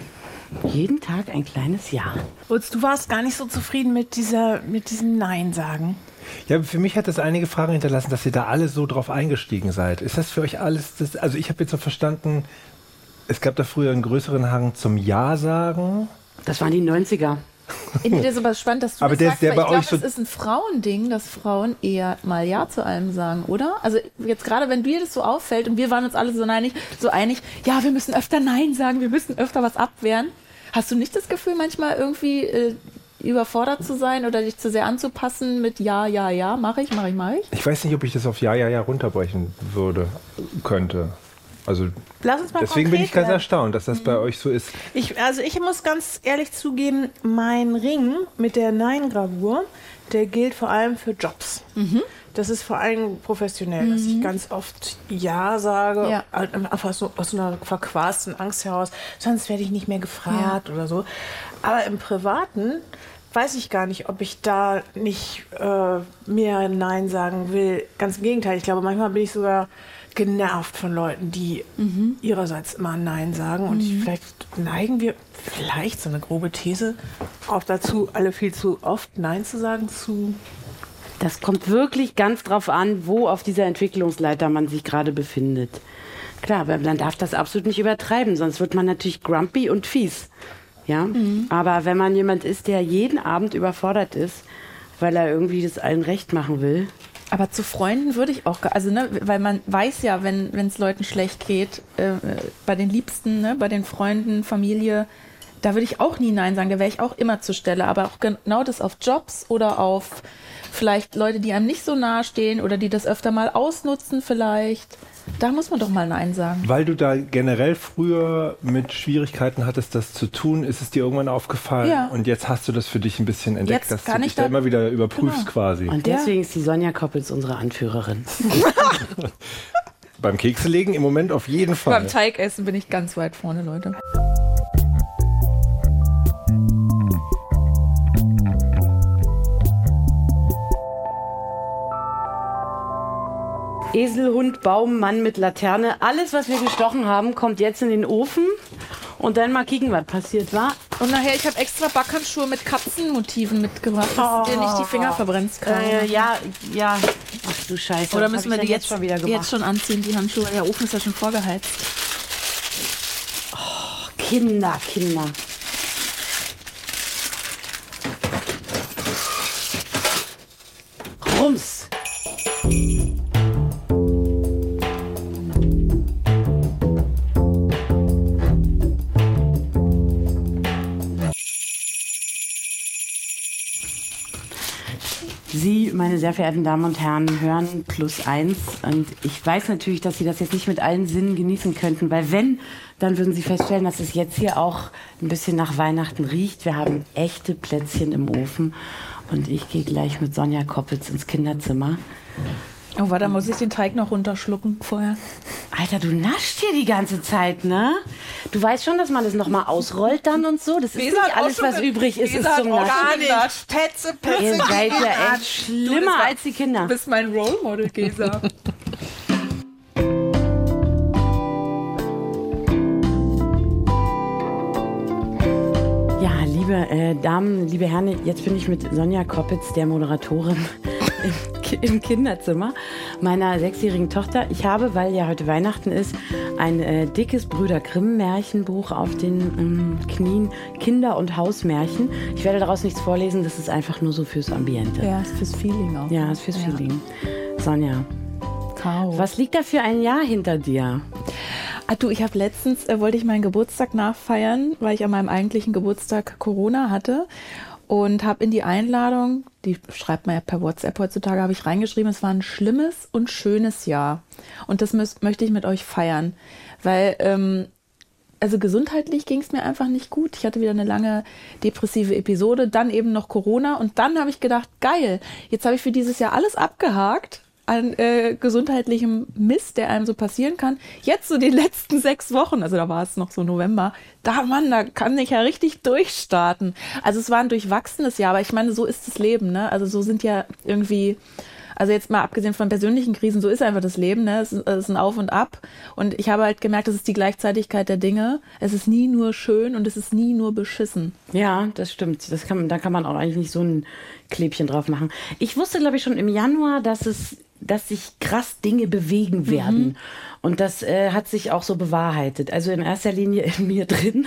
jeden Tag ein kleines Ja. Utz, du warst gar nicht so zufrieden mit dieser, mit diesem Nein sagen. Ja, für mich hat das einige Fragen hinterlassen, dass ihr da alle so drauf eingestiegen seid. Ist das für euch alles, das, also ich habe jetzt so verstanden, es gab da früher einen größeren Hang zum Ja sagen. Das waren die neunziger. Ich finde das aber spannend, dass du Aber das der- sagst, der weil bei ich glaube, euch so- es ist ein Frauending, dass Frauen eher mal Ja zu allem sagen, oder? Also jetzt gerade, wenn dir das so auffällt und wir waren uns alle so einig, so einig, ja, wir müssen öfter Nein sagen, wir müssen öfter was abwehren. Hast du nicht das Gefühl, manchmal irgendwie äh, überfordert zu sein oder dich zu sehr anzupassen mit Ja, Ja, Ja, mache ich, mache ich, mache ich? Ich weiß nicht, ob ich das auf Ja, Ja, Ja runterbrechen würde, könnte. Also Lass uns mal deswegen bin konkret ich ganz werden. erstaunt, dass das bei euch so ist. Ich, also ich muss ganz ehrlich zugeben, mein Ring mit der Nein-Gravur, der gilt vor allem für Jobs. Das ist vor allem professionell, dass ich ganz oft Ja sage, Ja. halt einfach so aus so einer verquasten Angst heraus, sonst werde ich nicht mehr gefragt oder so. Aber im Privaten weiß ich gar nicht, ob ich da nicht äh, mehr Nein sagen will. Ganz im Gegenteil, ich glaube, manchmal bin ich sogar genervt von Leuten, die ihrerseits immer Nein sagen. Und ich, vielleicht neigen wir, vielleicht so eine grobe These, auch dazu, alle viel zu oft Nein zu sagen zu... Das kommt wirklich ganz drauf an, wo auf dieser Entwicklungsleiter man sich gerade befindet. Klar, aber man darf das absolut nicht übertreiben, sonst wird man natürlich grumpy und fies. Ja, mhm. aber wenn man jemand ist, der jeden Abend überfordert ist, weil er irgendwie das allen recht machen will. Aber zu Freunden würde ich auch, also ne, weil man weiß ja, wenn es Leuten schlecht geht, äh, bei den Liebsten, ne, bei den Freunden, Familie, da würde ich auch nie Nein sagen, da wäre ich auch immer zur Stelle. Aber auch genau das auf Jobs oder auf vielleicht Leute, die einem nicht so nahe stehen oder die das öfter mal ausnutzen vielleicht. Da muss man doch mal Nein sagen. Weil du da generell früher mit Schwierigkeiten hattest, das zu tun, ist es dir irgendwann aufgefallen. Ja. Und jetzt hast du das für dich ein bisschen entdeckt, jetzt dass kann du dich da, da immer wieder überprüfst genau. quasi. Und deswegen ja. ist die Sonja Koppels unsere Anführerin. Beim Kekselegen im Moment auf jeden Fall. Beim Teigessen bin ich ganz weit vorne, Leute. Esel, Hund, Baum, Mann mit Laterne. Alles, was wir gestochen haben, kommt jetzt in den Ofen. Und dann mal kicken, was passiert war. Und nachher, ich habe extra Backhandschuhe mit Katzenmotiven mitgebracht, dass du dir nicht die Finger verbrennst. Äh, ja, ja. Ach du Scheiße. Oder müssen wir die jetzt schon wieder gemacht? Jetzt schon anziehen, die Handschuhe? Der Ofen ist ja schon vorgeheizt. Oh, Kinder, Kinder. Rums. Sie, meine sehr verehrten Damen und Herren, hören Plus eins. Und ich weiß natürlich, dass Sie das jetzt nicht mit allen Sinnen genießen könnten, weil wenn, dann würden Sie feststellen, dass es jetzt hier auch ein bisschen nach Weihnachten riecht. Wir haben echte Plätzchen im Ofen und ich gehe gleich mit Sonja Koppels ins Kinderzimmer. Oh, warte, muss ich den Teig noch runterschlucken vorher? Alter, du naschst hier die ganze Zeit, ne? Du weißt schon, dass man das nochmal ausrollt dann und so? Das ist Lisa nicht alles, was übrig ist, ist zum Naschen. Gar nicht. Petze, Petze. Ihr seid ja echt schlimmer als die Kinder. Du bist mein Role Model, Gesa. Ja, liebe äh, Damen, liebe Herren, jetzt bin ich mit Sonja Koppitz, der Moderatorin, im, im Kinderzimmer meiner sechsjährigen Tochter. Ich habe, weil ja heute Weihnachten ist, ein äh, dickes Brüder Grimm-Märchenbuch auf den ähm, Knien, Kinder- und Hausmärchen. Ich werde daraus nichts vorlesen, das ist einfach nur so fürs Ambiente. Ja, ist fürs Feeling auch. Ja, ist fürs ja. Feeling. Sonja, Kau. Was liegt da für ein Jahr hinter dir? Ah, du, ich habe letztens, äh, wollte ich meinen Geburtstag nachfeiern, weil ich an meinem eigentlichen Geburtstag Corona hatte und habe in die Einladung, die schreibt man ja per WhatsApp heutzutage, habe ich reingeschrieben, es war ein schlimmes und schönes Jahr. Und das müß, möchte ich mit euch feiern, weil ähm, also gesundheitlich ging es mir einfach nicht gut. Ich hatte wieder eine lange depressive Episode, dann eben noch Corona und dann habe ich gedacht, geil, jetzt habe ich für dieses Jahr alles abgehakt an äh, gesundheitlichem Mist, der einem so passieren kann. Jetzt so die letzten sechs Wochen, also da war es noch so November, da Mann, da kann ich ja richtig durchstarten. Also es war ein durchwachsenes Jahr, aber ich meine, so ist das Leben, ne? Also so sind ja irgendwie, also jetzt mal abgesehen von persönlichen Krisen, so ist einfach das Leben, ne? Es ist, es ist ein Auf und Ab und ich habe halt gemerkt, das ist die Gleichzeitigkeit der Dinge. Es ist nie nur schön und es ist nie nur beschissen. Ja, das stimmt. Das kann, da kann man auch eigentlich nicht so ein Klebchen drauf machen. Ich wusste, glaube ich, schon im Januar, dass es dass sich krass Dinge bewegen werden. Mhm. Und das äh, hat sich auch so bewahrheitet. Also in erster Linie in mir drin.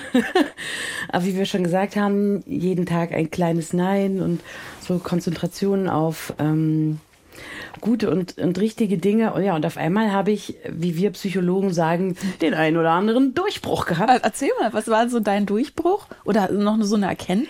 Aber wie wir schon gesagt haben, jeden Tag ein kleines Nein und so Konzentration auf ähm, gute und, und richtige Dinge. Und ja, und auf einmal habe ich, wie wir Psychologen sagen, den einen oder anderen Durchbruch gehabt. Erzähl mal, was war so dein Durchbruch? Oder noch so eine Erkenntnis?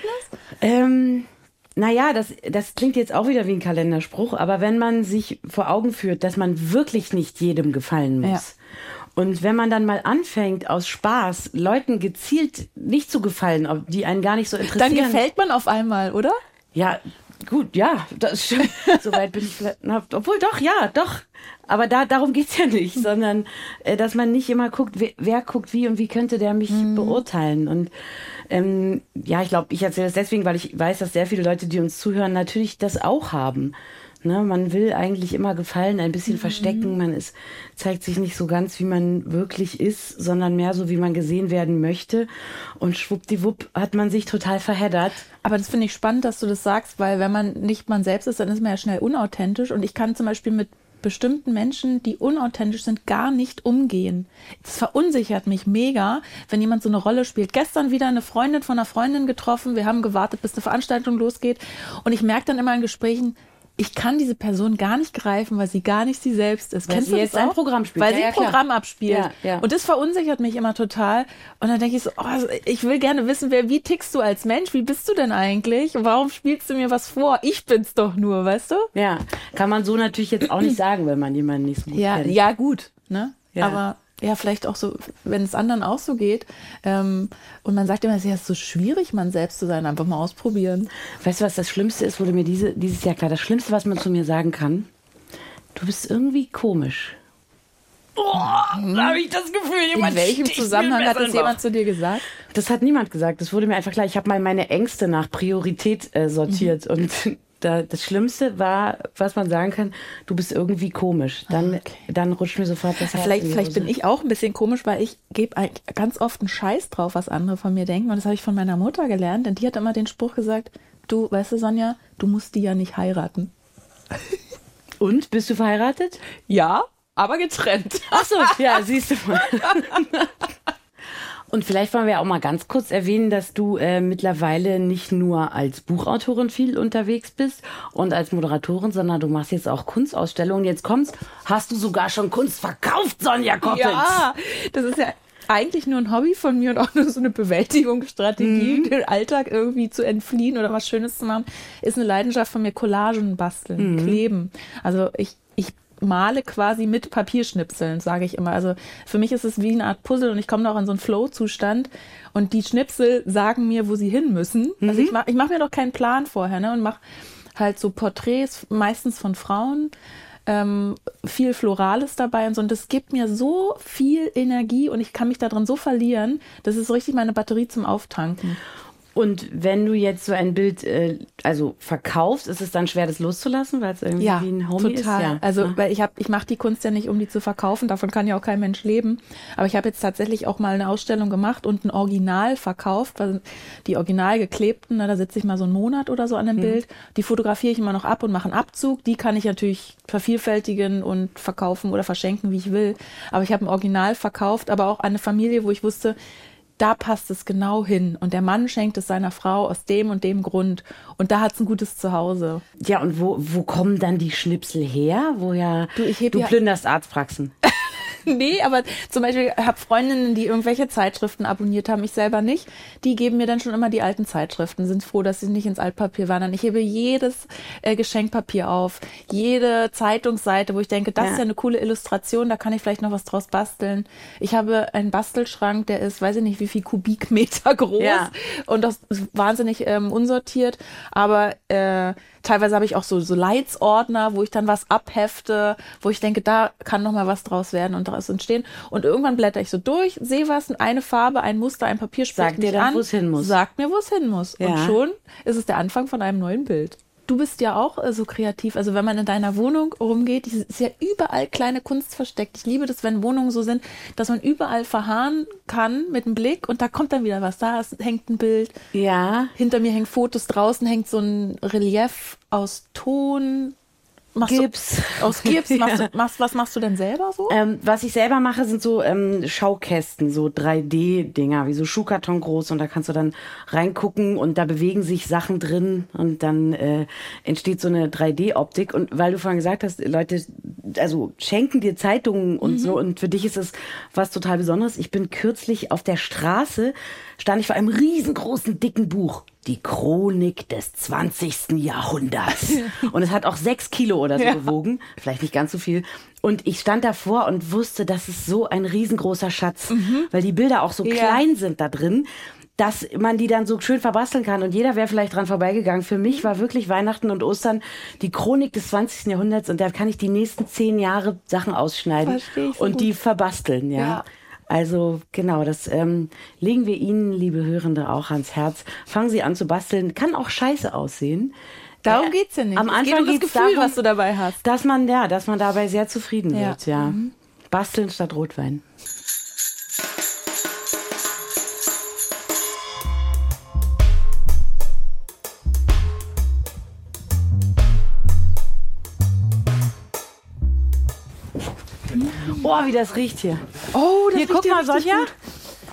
Ähm... Naja, das, das klingt jetzt auch wieder wie ein Kalenderspruch, aber wenn man sich vor Augen führt, dass man wirklich nicht jedem gefallen muss. Ja. Und wenn man dann mal anfängt, aus Spaß Leuten gezielt nicht zu gefallen, die einen gar nicht so interessieren. Dann gefällt man auf einmal, oder? Ja, gut, ja, das ist schön. Soweit bin ich vielleicht, na, obwohl doch, ja, doch. Aber da, darum geht's ja nicht, sondern äh, dass man nicht immer guckt, wer, wer guckt wie und wie könnte der mich mhm. beurteilen. Und ähm, ja, ich glaube, ich erzähle das deswegen, weil ich weiß, dass sehr viele Leute, die uns zuhören, natürlich das auch haben. Ne, man will eigentlich immer gefallen, ein bisschen mhm. verstecken. Man ist, zeigt sich nicht so ganz, wie man wirklich ist, sondern mehr so, wie man gesehen werden möchte. Und schwuppdiwupp hat man sich total verheddert. Aber das finde ich spannend, dass du das sagst, weil wenn man nicht man selbst ist, dann ist man ja schnell unauthentisch. Und ich kann zum Beispiel mit bestimmten Menschen, die unauthentisch sind, gar nicht umgehen. Das verunsichert mich mega, wenn jemand so eine Rolle spielt. Gestern wieder eine Freundin von einer Freundin getroffen. Wir haben gewartet, bis eine Veranstaltung losgeht. Und ich merke dann immer in Gesprächen, ich kann diese Person gar nicht greifen, weil sie gar nicht sie selbst ist. Weil Kennst sie du jetzt das ein auch? Programm spielt. Weil Ja, sie ja, ein klar. Programm abspielt. Ja, ja. Und das verunsichert mich immer total. Und dann denke ich so, oh, ich will gerne wissen, wer, wie tickst du als Mensch? Wie bist du denn eigentlich? Und warum spielst du mir was vor? Ich bin's doch nur, weißt du? Ja, kann man so natürlich jetzt auch nicht sagen, wenn man jemanden nicht so gut Ja, kennt. ja gut. Ne? Ja. Aber ja, vielleicht auch so, wenn es anderen auch so geht. Ähm, und man sagt immer, es ist so schwierig, man selbst zu sein. Einfach mal ausprobieren. Weißt du, was das Schlimmste ist, wurde mir diese, dieses Jahr klar. Das Schlimmste, was man zu mir sagen kann, du bist irgendwie komisch. Oh, da habe ich das Gefühl, jemand In welchem sticht mir Zusammenhang Messer hat das in den Bauch. jemand zu dir gesagt? Das hat niemand gesagt. Das wurde mir einfach klar. Ich habe mal meine Ängste nach Priorität äh, sortiert. Und da, das Schlimmste war, was man sagen kann, du bist irgendwie komisch. Dann, Okay. dann rutscht mir sofort das Herz Vielleicht, in die vielleicht Hose. bin ich auch ein bisschen komisch, weil ich gebe eigentlich ganz oft einen Scheiß drauf, was andere von mir denken. Und das habe ich von meiner Mutter gelernt. Denn die hat immer den Spruch gesagt, du, weißt du, Sonja, du musst die ja nicht heiraten. Und, bist du verheiratet? Ja, aber getrennt. Ach so, ja, siehst du mal. Und vielleicht wollen wir auch mal ganz kurz erwähnen, dass du äh, mittlerweile nicht nur als Buchautorin viel unterwegs bist und als Moderatorin, sondern du machst jetzt auch Kunstausstellungen. Jetzt kommst, hast du sogar schon Kunst verkauft, Sonja Koppitz. Ja, das ist ja eigentlich nur ein Hobby von mir und auch nur so eine Bewältigungsstrategie, Mhm. den Alltag irgendwie zu entfliehen oder was Schönes zu machen, ist eine Leidenschaft von mir. Collagen basteln, Mhm. kleben. Also ich, ich male quasi mit Papierschnipseln, sage ich immer. Also für mich ist es wie eine Art Puzzle und ich komme da auch in so einen Flow-Zustand und die Schnipsel sagen mir, wo sie hin müssen. Mhm. Also ich mache ich mach mir doch keinen Plan vorher, ne, und mache halt so Porträts, meistens von Frauen, ähm, viel Florales dabei und so. Und das gibt mir so viel Energie und ich kann mich da drin so verlieren. Das ist so richtig meine Batterie zum Auftanken. Und wenn du jetzt so ein Bild äh, also verkaufst, ist es dann schwer, das loszulassen, weil es irgendwie Ja, wie ein Homie total. ist? Ja, Also, ne? weil ich habe, ich mache die Kunst ja nicht, um die zu verkaufen. Davon kann ja auch kein Mensch leben. Aber ich habe jetzt tatsächlich auch mal eine Ausstellung gemacht und ein Original verkauft, also die original geklebten. Ne, da sitze ich mal so einen Monat oder so an dem Mhm. Bild. Die fotografiere ich immer noch ab und mache einen Abzug. Die kann ich natürlich vervielfältigen und verkaufen oder verschenken, wie ich will. Aber ich habe ein Original verkauft, aber auch an eine Familie, wo ich wusste, da passt es genau hin. Und der Mann schenkt es seiner Frau aus dem und dem Grund. Und da hat es ein gutes Zuhause. Ja, und wo, wo kommen dann die Schnipsel her? Woher Du, ich heb du ja- plünderst Arztpraxen. Nee, aber zum Beispiel habe Freundinnen, die irgendwelche Zeitschriften abonniert haben, ich selber nicht, die geben mir dann schon immer die alten Zeitschriften, sind froh, dass sie nicht ins Altpapier wandern. Ich hebe jedes äh, Geschenkpapier auf, jede Zeitungsseite, wo ich denke, das Ja. ist ja eine coole Illustration, da kann ich vielleicht noch was draus basteln. Ich habe einen Bastelschrank, der ist, weiß ich nicht, wie viel Kubikmeter groß Ja. und das ist wahnsinnig ähm, unsortiert, aber äh, teilweise habe ich auch so, so Leitsordner, wo ich dann was abhefte, wo ich denke, da kann noch mal was draus werden und daraus entstehen. Und irgendwann blätter ich so durch, sehe was, eine Farbe, ein Muster, ein Papier spricht Sagt dir mich dann, an, wo es hin muss. sagt mir, wo es hin muss. Ja. Und schon ist es der Anfang von einem neuen Bild. Du bist ja auch äh, so kreativ. Also wenn man in deiner Wohnung rumgeht, die ist ja überall kleine Kunst versteckt. Ich liebe das, wenn Wohnungen so sind, dass man überall verharren kann mit dem Blick und da kommt dann wieder was. Da ist, hängt ein Bild. Ja. Hinter mir hängen Fotos, draußen hängt so ein Relief aus Ton. Machst Gips. Du, aus Gips. Machst du, machst, was machst du denn selber so? Ähm, was ich selber mache, sind so ähm, Schaukästen, so drei D-Dinger, wie so Schuhkarton groß und da kannst du dann reingucken und da bewegen sich Sachen drin und dann äh, entsteht so eine drei D-Optik und weil du vorhin gesagt hast, Leute, also schenken dir Zeitungen und Mhm. so und für dich ist es was total Besonderes. Ich bin kürzlich auf der Straße, stand ich vor einem riesengroßen, dicken Buch. Die Chronik des zwanzigsten Jahrhunderts. Und es hat auch sechs Kilo oder so Ja. gewogen. Vielleicht nicht ganz so viel. Und ich stand davor und wusste, das ist so ein riesengroßer Schatz. Weil die Bilder auch so Ja. klein sind da drin, dass man die dann so schön verbasteln kann. Und jeder wäre vielleicht dran vorbeigegangen. Für mich war wirklich Weihnachten und Ostern die Chronik des zwanzigsten Jahrhunderts. Und da kann ich die nächsten zehn Jahre Sachen ausschneiden Versteh ich so und gut. die verbasteln. Ja. Ja. Also genau, das ähm, legen wir Ihnen, liebe Hörende, auch ans Herz. Fangen Sie an zu basteln. Kann auch scheiße aussehen. Darum Äh, geht's ja nicht. Am Es Anfang geht um das geht's Gefühl, darum, was du dabei hast. Dass man, ja, dass man dabei sehr zufrieden Ja. wird, ja. Basteln statt Rotwein. Oh, wie das riecht hier. Oh, das Hier, guck riecht mal, ja richtig Sonja. gut.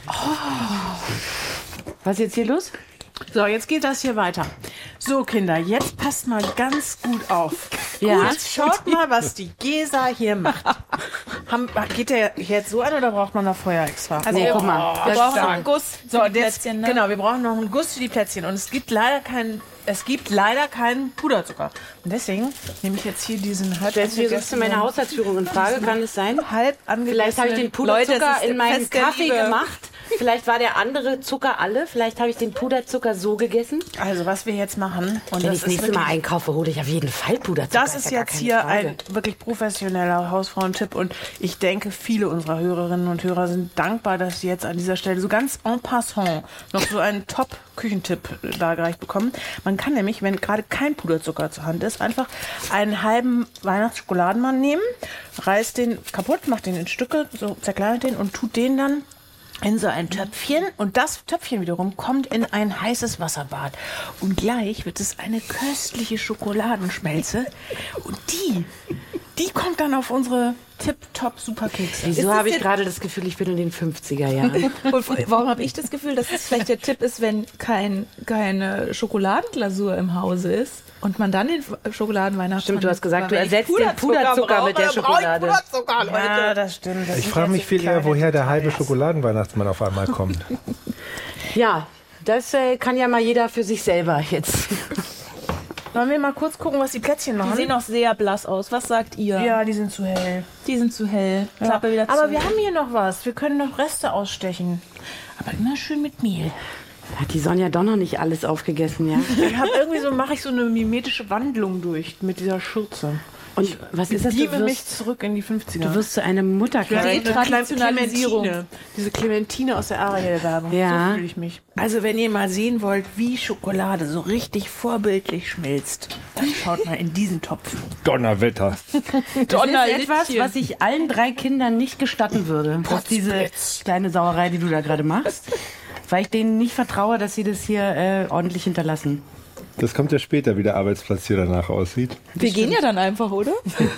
Was ist jetzt hier los? So, jetzt geht das hier weiter. So, Kinder, jetzt passt mal ganz gut auf. Ja. Jetzt schaut mal, was die Gesa hier macht. Haben, geht der jetzt so an oder braucht man da Feuer extra? Also Nee, wir, guck mal. wir Das brauchen ist noch einen Guss. So, für und die jetzt, Plätzchen, ne? genau, wir brauchen noch einen Guss für die Plätzchen. Und es gibt leider keinen, es gibt leider keinen Puderzucker. Und deswegen nehme ich jetzt hier diesen halb Stellst du hier sonst meine Haushaltsführung in Frage? Kann es sein? halb Vielleicht habe ich den Puderzucker Leute, es ist in meinen Fest der Kaffee Liebe. gemacht. Vielleicht war der andere Zucker alle. Vielleicht habe ich den Puderzucker so gegessen. Also, was wir jetzt machen, und Wenn das ich das ist nächste wirklich, Mal einkaufe, hole ich auf jeden Fall Puderzucker. das ist ja gar jetzt keine hier Frage. ein wirklich professioneller Hausfrauentipp und ich denke, viele unserer Hörerinnen und Hörer sind dankbar, dass sie jetzt an dieser Stelle so ganz en passant noch so einen Top-Küchentipp dargereicht bekommen. Man kann nämlich, wenn gerade kein Puderzucker zur Hand ist, einfach einen halben Weihnachtsschokoladenmann nehmen, reißt den kaputt, macht den in Stücke, so zerkleinert den und tut den dann in so ein Töpfchen und das Töpfchen wiederum kommt in ein heißes Wasserbad und gleich wird es eine köstliche Schokoladenschmelze und die, die kommt dann auf unsere Tip-Top Superkekse. Ist Wieso das habe ich jetzt- gerade das Gefühl, ich bin in den fünfziger Jahren? Und warum habe ich das Gefühl, dass es vielleicht der Tipp ist, wenn kein, keine Schokoladenglasur im Hause ist und man dann den Schokoladenweihnachtsmann... Stimmt, du hast gesagt, du Wenn ich ersetzt den Puderzucker mit der brauche, brauche ich Schokolade. Puderzucker, Leute. Ja, das stimmt. Das Ich sind frage jetzt mich so viel eher, kleine woher der halbe Details. Schokoladenweihnachtsmann auf einmal kommt. Ja, das äh, kann ja mal jeder für sich selber jetzt. Wollen wir mal kurz gucken, was die Plätzchen machen? Die sehen noch sehr blass aus. Was sagt ihr? ja, die sind zu hell. Die sind zu hell. Klappe wieder zu. Aber wir haben hier noch was. Wir können noch Reste ausstechen. Aber immer schön mit Mehl. Hat die Sonja doch noch nicht alles aufgegessen, ja? Ich habe irgendwie so, mache ich so eine mimetische Wandlung durch mit dieser Schürze. Und was ist das? Liebe Du mich wirst, zurück in die fünfziger. du wirst zu einem Mutterkleid. eine Retraditionalisierung. Clementine. Diese Clementine aus der Ariel-Werbung. Ja. So fühle ich mich. Also wenn ihr mal sehen wollt, wie Schokolade so richtig vorbildlich schmilzt, dann schaut mal in diesen Topf. Donnerwetter. Das ist etwas, was ich allen drei Kindern nicht gestatten würde. Dass diese kleine Sauerei, die du da gerade machst. Weil ich denen nicht vertraue, dass sie das hier äh, ordentlich hinterlassen. Das kommt ja später, wie der Arbeitsplatz hier danach aussieht. wir gehen ja dann einfach, oder?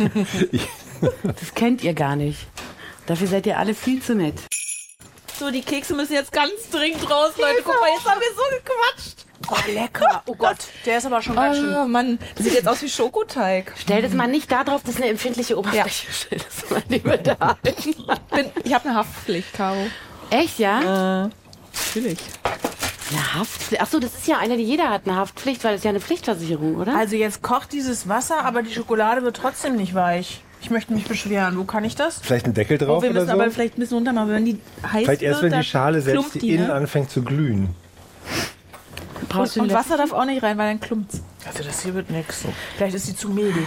Das kennt ihr gar nicht. Dafür seid ihr alle viel zu nett. So, die Kekse müssen jetzt ganz dringend raus, Leute. Guck mal, jetzt haben wir so gequatscht. Oh, lecker. Oh Gott, der ist aber schon ganz schön. Oh Mann, das sieht jetzt aus wie Schokoteig. Stell das mal nicht da drauf, das ist eine empfindliche Oberfläche. Stell das mal lieber da hin. Bin, ich habe eine Haftpflicht, Caro. Echt, ja? Natürlich. Eine Haftpflicht? Achso, das ist ja eine, die jeder hat, eine Haftpflicht, weil das ist ja eine Pflichtversicherung, oder? Also jetzt kocht dieses Wasser, aber die Schokolade wird trotzdem nicht weich. Ich möchte mich beschweren. Wo kann ich das? Vielleicht ein Deckel drauf Oh, wir oder müssen so? aber vielleicht ein bisschen runter machen, wenn die heiß Vielleicht erst, wird, wenn die dann Schale selbst klumpt die die, innen ne? anfängt zu glühen. Brauchst Und, du und Wasser darf auch nicht rein, weil dann klumpt's. Also das hier wird nix. Vielleicht ist sie zu mehlig.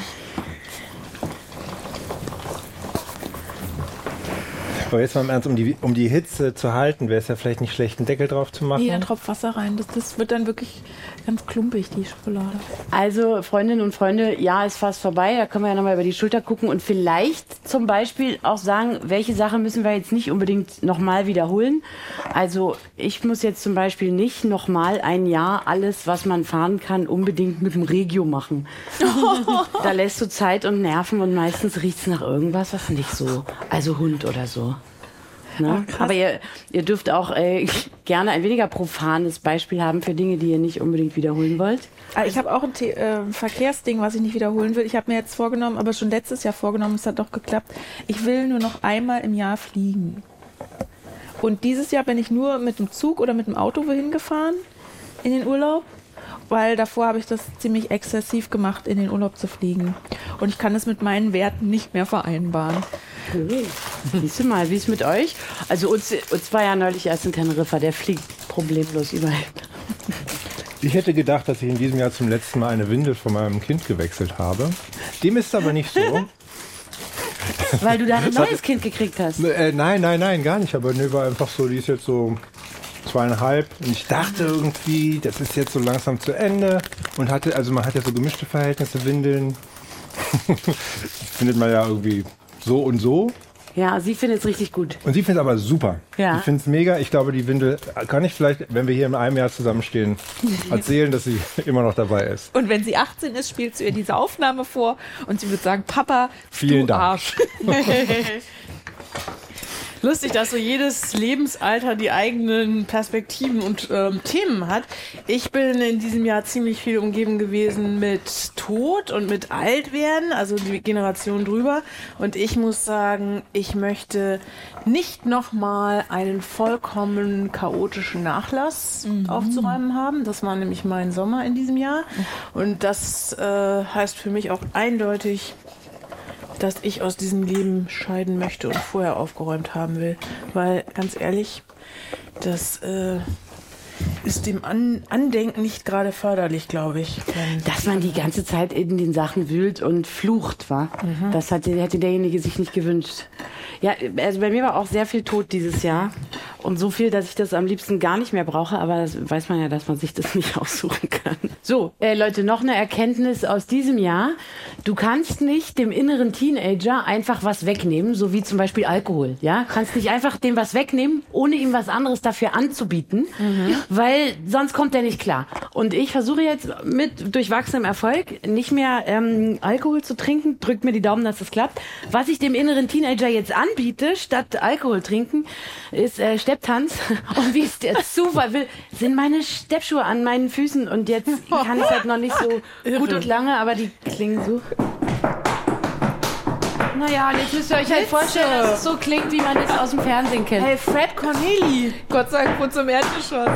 Aber jetzt mal im Ernst, um die, um die Hitze zu halten, wäre es ja vielleicht nicht schlecht, einen Deckel drauf zu machen. Nee, dann tropft Wasser rein. Das, das wird dann wirklich ganz klumpig, die Schokolade. Also, Freundinnen und Freunde, ja, ist fast vorbei. Da können wir ja nochmal über die Schulter gucken und vielleicht zum Beispiel auch sagen, welche Sache müssen wir jetzt nicht unbedingt nochmal wiederholen. Also, ich muss jetzt zum Beispiel nicht nochmal ein Jahr alles, was man fahren kann, unbedingt mit dem Regio machen. Da lässt du Zeit und Nerven und meistens riecht es nach irgendwas, was nicht so. Also Hund oder so. Ne? Aber ihr, ihr dürft auch äh, gerne ein weniger profanes Beispiel haben für Dinge, die ihr nicht unbedingt wiederholen wollt. Ah, ich habe auch ein The äh, Verkehrsding, was ich nicht wiederholen will. Ich habe mir jetzt vorgenommen, aber schon letztes Jahr vorgenommen, es hat doch geklappt. Ich will nur noch einmal im Jahr fliegen. Und dieses Jahr bin ich nur mit dem Zug oder mit dem Auto wohin gefahren in den Urlaub, weil davor habe ich das ziemlich exzessiv gemacht, in den Urlaub zu fliegen. Und ich kann es mit meinen Werten nicht mehr vereinbaren. Siehst du mal, wie es mit euch? Also uns, uns war ja neulich erst in Teneriffa, der fliegt problemlos überall. Ich hätte gedacht, dass ich in diesem Jahr zum letzten Mal eine Windel von meinem Kind gewechselt habe. Dem ist aber nicht so. Weil du da ein neues Kind gekriegt hast. äh, nein, nein, nein, gar nicht. Aber nö, war einfach so, die ist jetzt so zweieinhalb. Und ich dachte irgendwie, das ist jetzt so langsam zu Ende. Und hatte, also man hat ja so gemischte Verhältnisse, Windeln. Findet man ja irgendwie so und so. Ja, sie findet es richtig gut. Und sie findet es aber super. Ja. Ich finde es mega. Ich glaube, die Windel kann ich vielleicht, wenn wir hier in einem Jahr zusammenstehen, erzählen, dass sie immer noch dabei ist. Und wenn sie achtzehn ist, spielst du ihr diese Aufnahme vor und sie wird sagen, Papa, Vielen du Dank. Arsch. Lustig, dass so jedes Lebensalter die eigenen Perspektiven und ähm, Themen hat. Ich bin in diesem Jahr ziemlich viel umgeben gewesen mit Tod und mit Altwerden, also die Generation drüber. Und ich muss sagen, ich möchte nicht nochmal einen vollkommen chaotischen Nachlass mhm. aufzuräumen haben. Das war nämlich mein Sommer in diesem Jahr. Und das äh, heißt für mich auch eindeutig, dass ich aus diesem Leben scheiden möchte und vorher aufgeräumt haben will. Weil, ganz ehrlich, das äh, ist dem An- Andenken nicht gerade förderlich, glaube ich. Dass man die ganze Zeit in den Sachen wühlt und flucht, war. Mhm. Das hatte, hätte derjenige sich nicht gewünscht. Ja, also bei mir war auch sehr viel Tod dieses Jahr. Und so viel, dass ich das am liebsten gar nicht mehr brauche. Aber das weiß man ja, dass man sich das nicht aussuchen kann. So, äh, Leute, noch eine Erkenntnis aus diesem Jahr. Du kannst nicht dem inneren Teenager einfach was wegnehmen, so wie zum Beispiel Alkohol. Ja, kannst nicht einfach dem was wegnehmen, ohne ihm was anderes dafür anzubieten, mhm. weil sonst kommt er nicht klar. Und ich versuche jetzt mit durchwachsenem Erfolg nicht mehr ähm, Alkohol zu trinken. Drückt mir die Daumen, dass das klappt. Was ich dem inneren Teenager jetzt anbiete, statt Alkohol trinken, ist äh, Stepptanz. Und wie es der Zufall will, sind meine Steppschuhe an meinen Füßen. Und jetzt kann ich halt noch nicht so gut und lange, aber die klingen so. Naja, und jetzt müsst ihr euch halt vorstellen, dass es so klingt, wie man es aus dem Fernsehen kennt. Hey, Fred Corneli! Gott sei Dank, zum Erdgeschoss.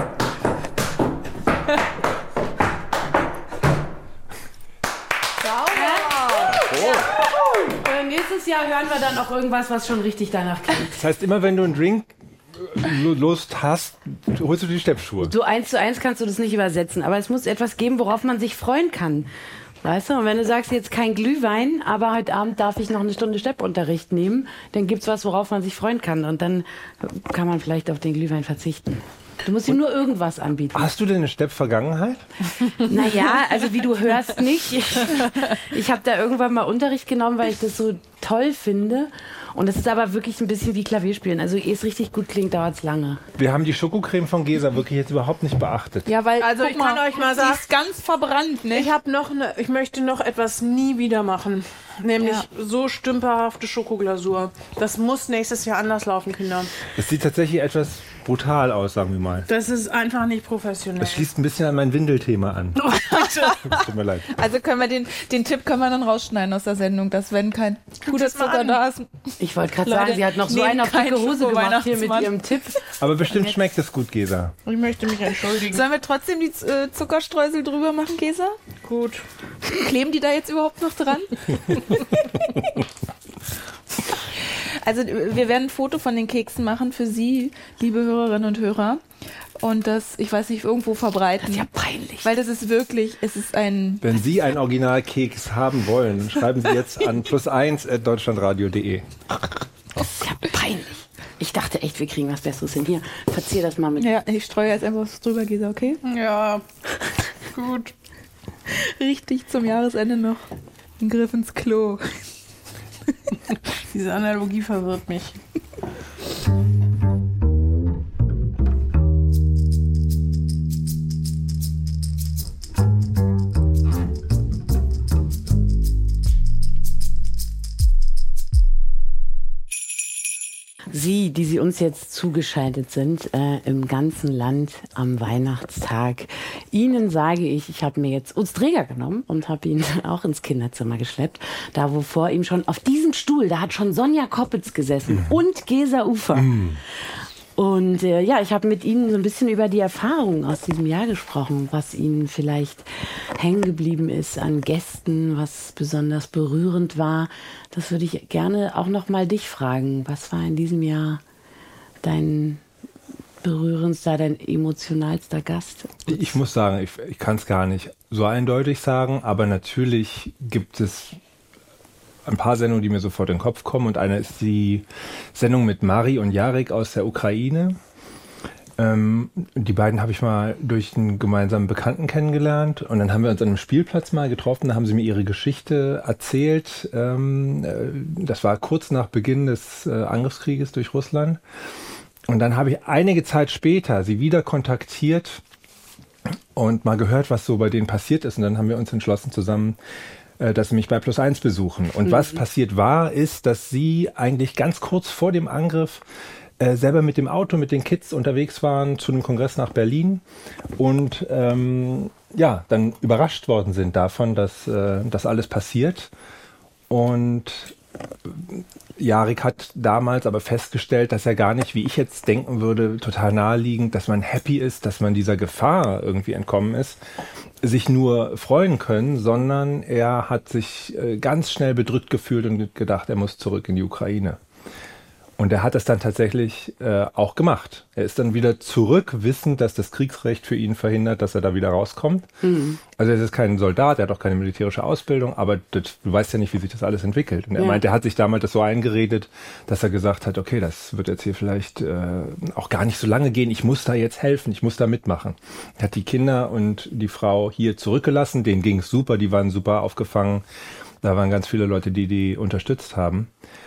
Und nächstes Jahr hören wir dann auch irgendwas, was schon richtig danach klingt. Das heißt, immer wenn du einen Drink Lust hast, holst du die Steppschuhe. So eins zu eins kannst du das nicht übersetzen, aber es muss etwas geben, worauf man sich freuen kann. Weißt du, und wenn du sagst, jetzt kein Glühwein, aber heute Abend darf ich noch eine Stunde Steppunterricht nehmen, dann gibt's was, worauf man sich freuen kann. Und dann kann man vielleicht auf den Glühwein verzichten. Du musst ihm nur irgendwas anbieten. Hast du denn eine Stepp-Vergangenheit? Naja, also wie du hörst nicht. Ich, ich habe da irgendwann mal Unterricht genommen, weil ich das so toll finde. Und das ist aber wirklich ein bisschen wie Klavierspielen. Also ehe es richtig gut klingt, dauert es lange. Wir haben die Schokocreme von Gesa wirklich jetzt überhaupt nicht beachtet. Ja, weil, Also guck ich kann mal, euch mal sie sagen, ist ganz verbrannt, ne? Ich habe noch eine, ich möchte noch etwas nie wieder machen. Nämlich Ja. so stümperhafte Schokoglasur. Das muss nächstes Jahr anders laufen, Kinder. Es sieht tatsächlich etwas brutal aus, sagen wir mal. Das ist einfach nicht professionell. Das schließt ein bisschen an mein Windelthema an. Tut mir leid. Also können wir den, den Tipp können wir dann rausschneiden aus der Sendung, dass wenn kein guter das mal Zucker an. da ist. Ich wollte gerade Leute, sagen, sie hat noch so nehmt einen auf keinen dicke Hose gemacht hier mit Schoko-Weihnachtsmann. ihrem Tipp. Aber bestimmt schmeckt es gut, Gesa. Ich möchte mich entschuldigen. Sollen wir trotzdem die äh, Zuckerstreusel drüber machen, Gesa? Gut. Kleben die da jetzt überhaupt noch dran? Also wir werden ein Foto von den Keksen machen für Sie, liebe Hörerinnen und Hörer. Und das, ich weiß nicht, irgendwo verbreiten. Das ist ja peinlich. Weil das ist wirklich, es ist ein... Wenn Sie einen Originalkeks haben wollen, schreiben Sie jetzt an plus eins at deutschlandradio punkt de. Das ist ja peinlich. Ich dachte echt, wir kriegen was Besseres hin. Hier, verzieh das mal mit. Ja, ich streue jetzt einfach was drüber, Gesa, okay? Ja, gut. Richtig zum Jahresende noch ein Griff ins Klo. Diese Analogie verwirrt mich. Sie, die Sie uns jetzt zugeschaltet sind, äh, im ganzen Land am Weihnachtstag. Ihnen sage ich, ich habe mir jetzt Utz Träger genommen und habe ihn auch ins Kinderzimmer geschleppt. Da, wo vor ihm schon auf diesem Stuhl, da hat schon Sonja Koppitz gesessen mhm. und Gesa Ufer. Mhm. Und äh, ja, ich habe mit Ihnen so ein bisschen über die Erfahrungen aus diesem Jahr gesprochen, was Ihnen vielleicht hängen geblieben ist an Gästen, was besonders berührend war. Das würde ich gerne auch noch mal dich fragen. Was war in diesem Jahr dein berührendster, dein emotionalster Gast? Ich muss sagen, ich, ich kann es gar nicht so eindeutig sagen, aber natürlich gibt es ein paar Sendungen, die mir sofort in den Kopf kommen. Und eine ist die Sendung mit Mari und Jarek aus der Ukraine. Ähm, die beiden habe ich mal durch einen gemeinsamen Bekannten kennengelernt und dann haben wir uns an einem Spielplatz mal getroffen, da haben sie mir ihre Geschichte erzählt. Ähm, äh, das war kurz nach Beginn des äh, Angriffskrieges durch Russland. Und dann habe ich einige Zeit später sie wieder kontaktiert und mal gehört, was so bei denen passiert ist. Und dann haben wir uns entschlossen zusammen, äh, dass sie mich bei Plus eins besuchen. Und mhm. was passiert war, ist, dass sie eigentlich ganz kurz vor dem Angriff äh, selber mit dem Auto, mit den Kids unterwegs waren zu einem Kongress nach Berlin und ähm, ja, dann überrascht worden sind davon, dass äh, das alles passiert. Und Jarek hat damals aber festgestellt, dass er gar nicht, wie ich jetzt denken würde, total naheliegend, dass man happy ist, dass man dieser Gefahr irgendwie entkommen ist, sich nur freuen können, sondern er hat sich ganz schnell bedrückt gefühlt und gedacht, er muss zurück in die Ukraine. Und er hat es dann tatsächlich äh, auch gemacht. Er ist dann wieder zurück, wissend, dass das Kriegsrecht für ihn verhindert, dass er da wieder rauskommt. Mhm. Also er ist kein Soldat, er hat auch keine militärische Ausbildung, aber das, du weißt ja nicht, wie sich das alles entwickelt. Und er ja. meint, er hat sich damals das so eingeredet, dass er gesagt hat, okay, das wird jetzt hier vielleicht äh, auch gar nicht so lange gehen, ich muss da jetzt helfen, ich muss da mitmachen. Er hat die Kinder und die Frau hier zurückgelassen, denen ging es super, die waren super aufgefangen. Da waren ganz viele Leute, die die unterstützt haben.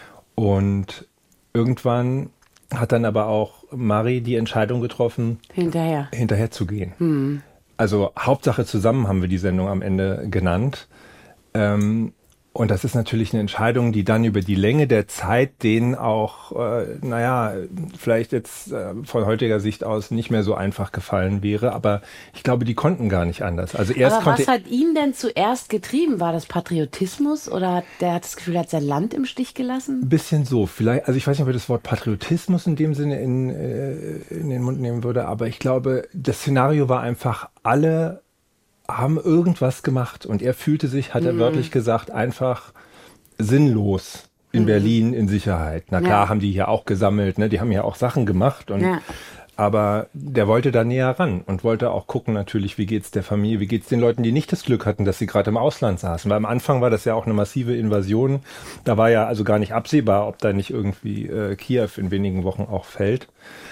Und irgendwann hat dann aber auch Mari die Entscheidung getroffen, hinterher, hinterher zu gehen. Mhm. Also Hauptsache zusammen haben wir die Sendung am Ende genannt. Ähm, und das ist natürlich eine Entscheidung, die dann über die Länge der Zeit denen auch, äh, naja, vielleicht jetzt äh, von heutiger Sicht aus nicht mehr so einfach gefallen wäre. Aber ich glaube, die konnten gar nicht anders. Also erst aber was hat ihn denn zuerst getrieben? War das Patriotismus oder hat der hat das Gefühl, er hat sein Land im Stich gelassen? Ein bisschen so. Vielleicht, also ich weiß nicht, ob ich das Wort Patriotismus in dem Sinne in, äh, in den Mund nehmen würde, aber ich glaube, das Szenario war einfach, alle haben irgendwas gemacht und er fühlte sich, hat er mhm. wörtlich gesagt, einfach sinnlos in mhm. Berlin in Sicherheit. Na klar, ja. haben die hier auch gesammelt, ne? Die haben ja auch Sachen gemacht und ja. aber der wollte da näher ran und wollte auch gucken natürlich, wie geht's der Familie, wie geht's den Leuten, die nicht das Glück hatten, dass sie gerade im Ausland saßen. Weil am Anfang war das ja auch eine massive Invasion. Da war ja also gar nicht absehbar, ob da nicht irgendwie äh, Kiew in wenigen Wochen auch fällt.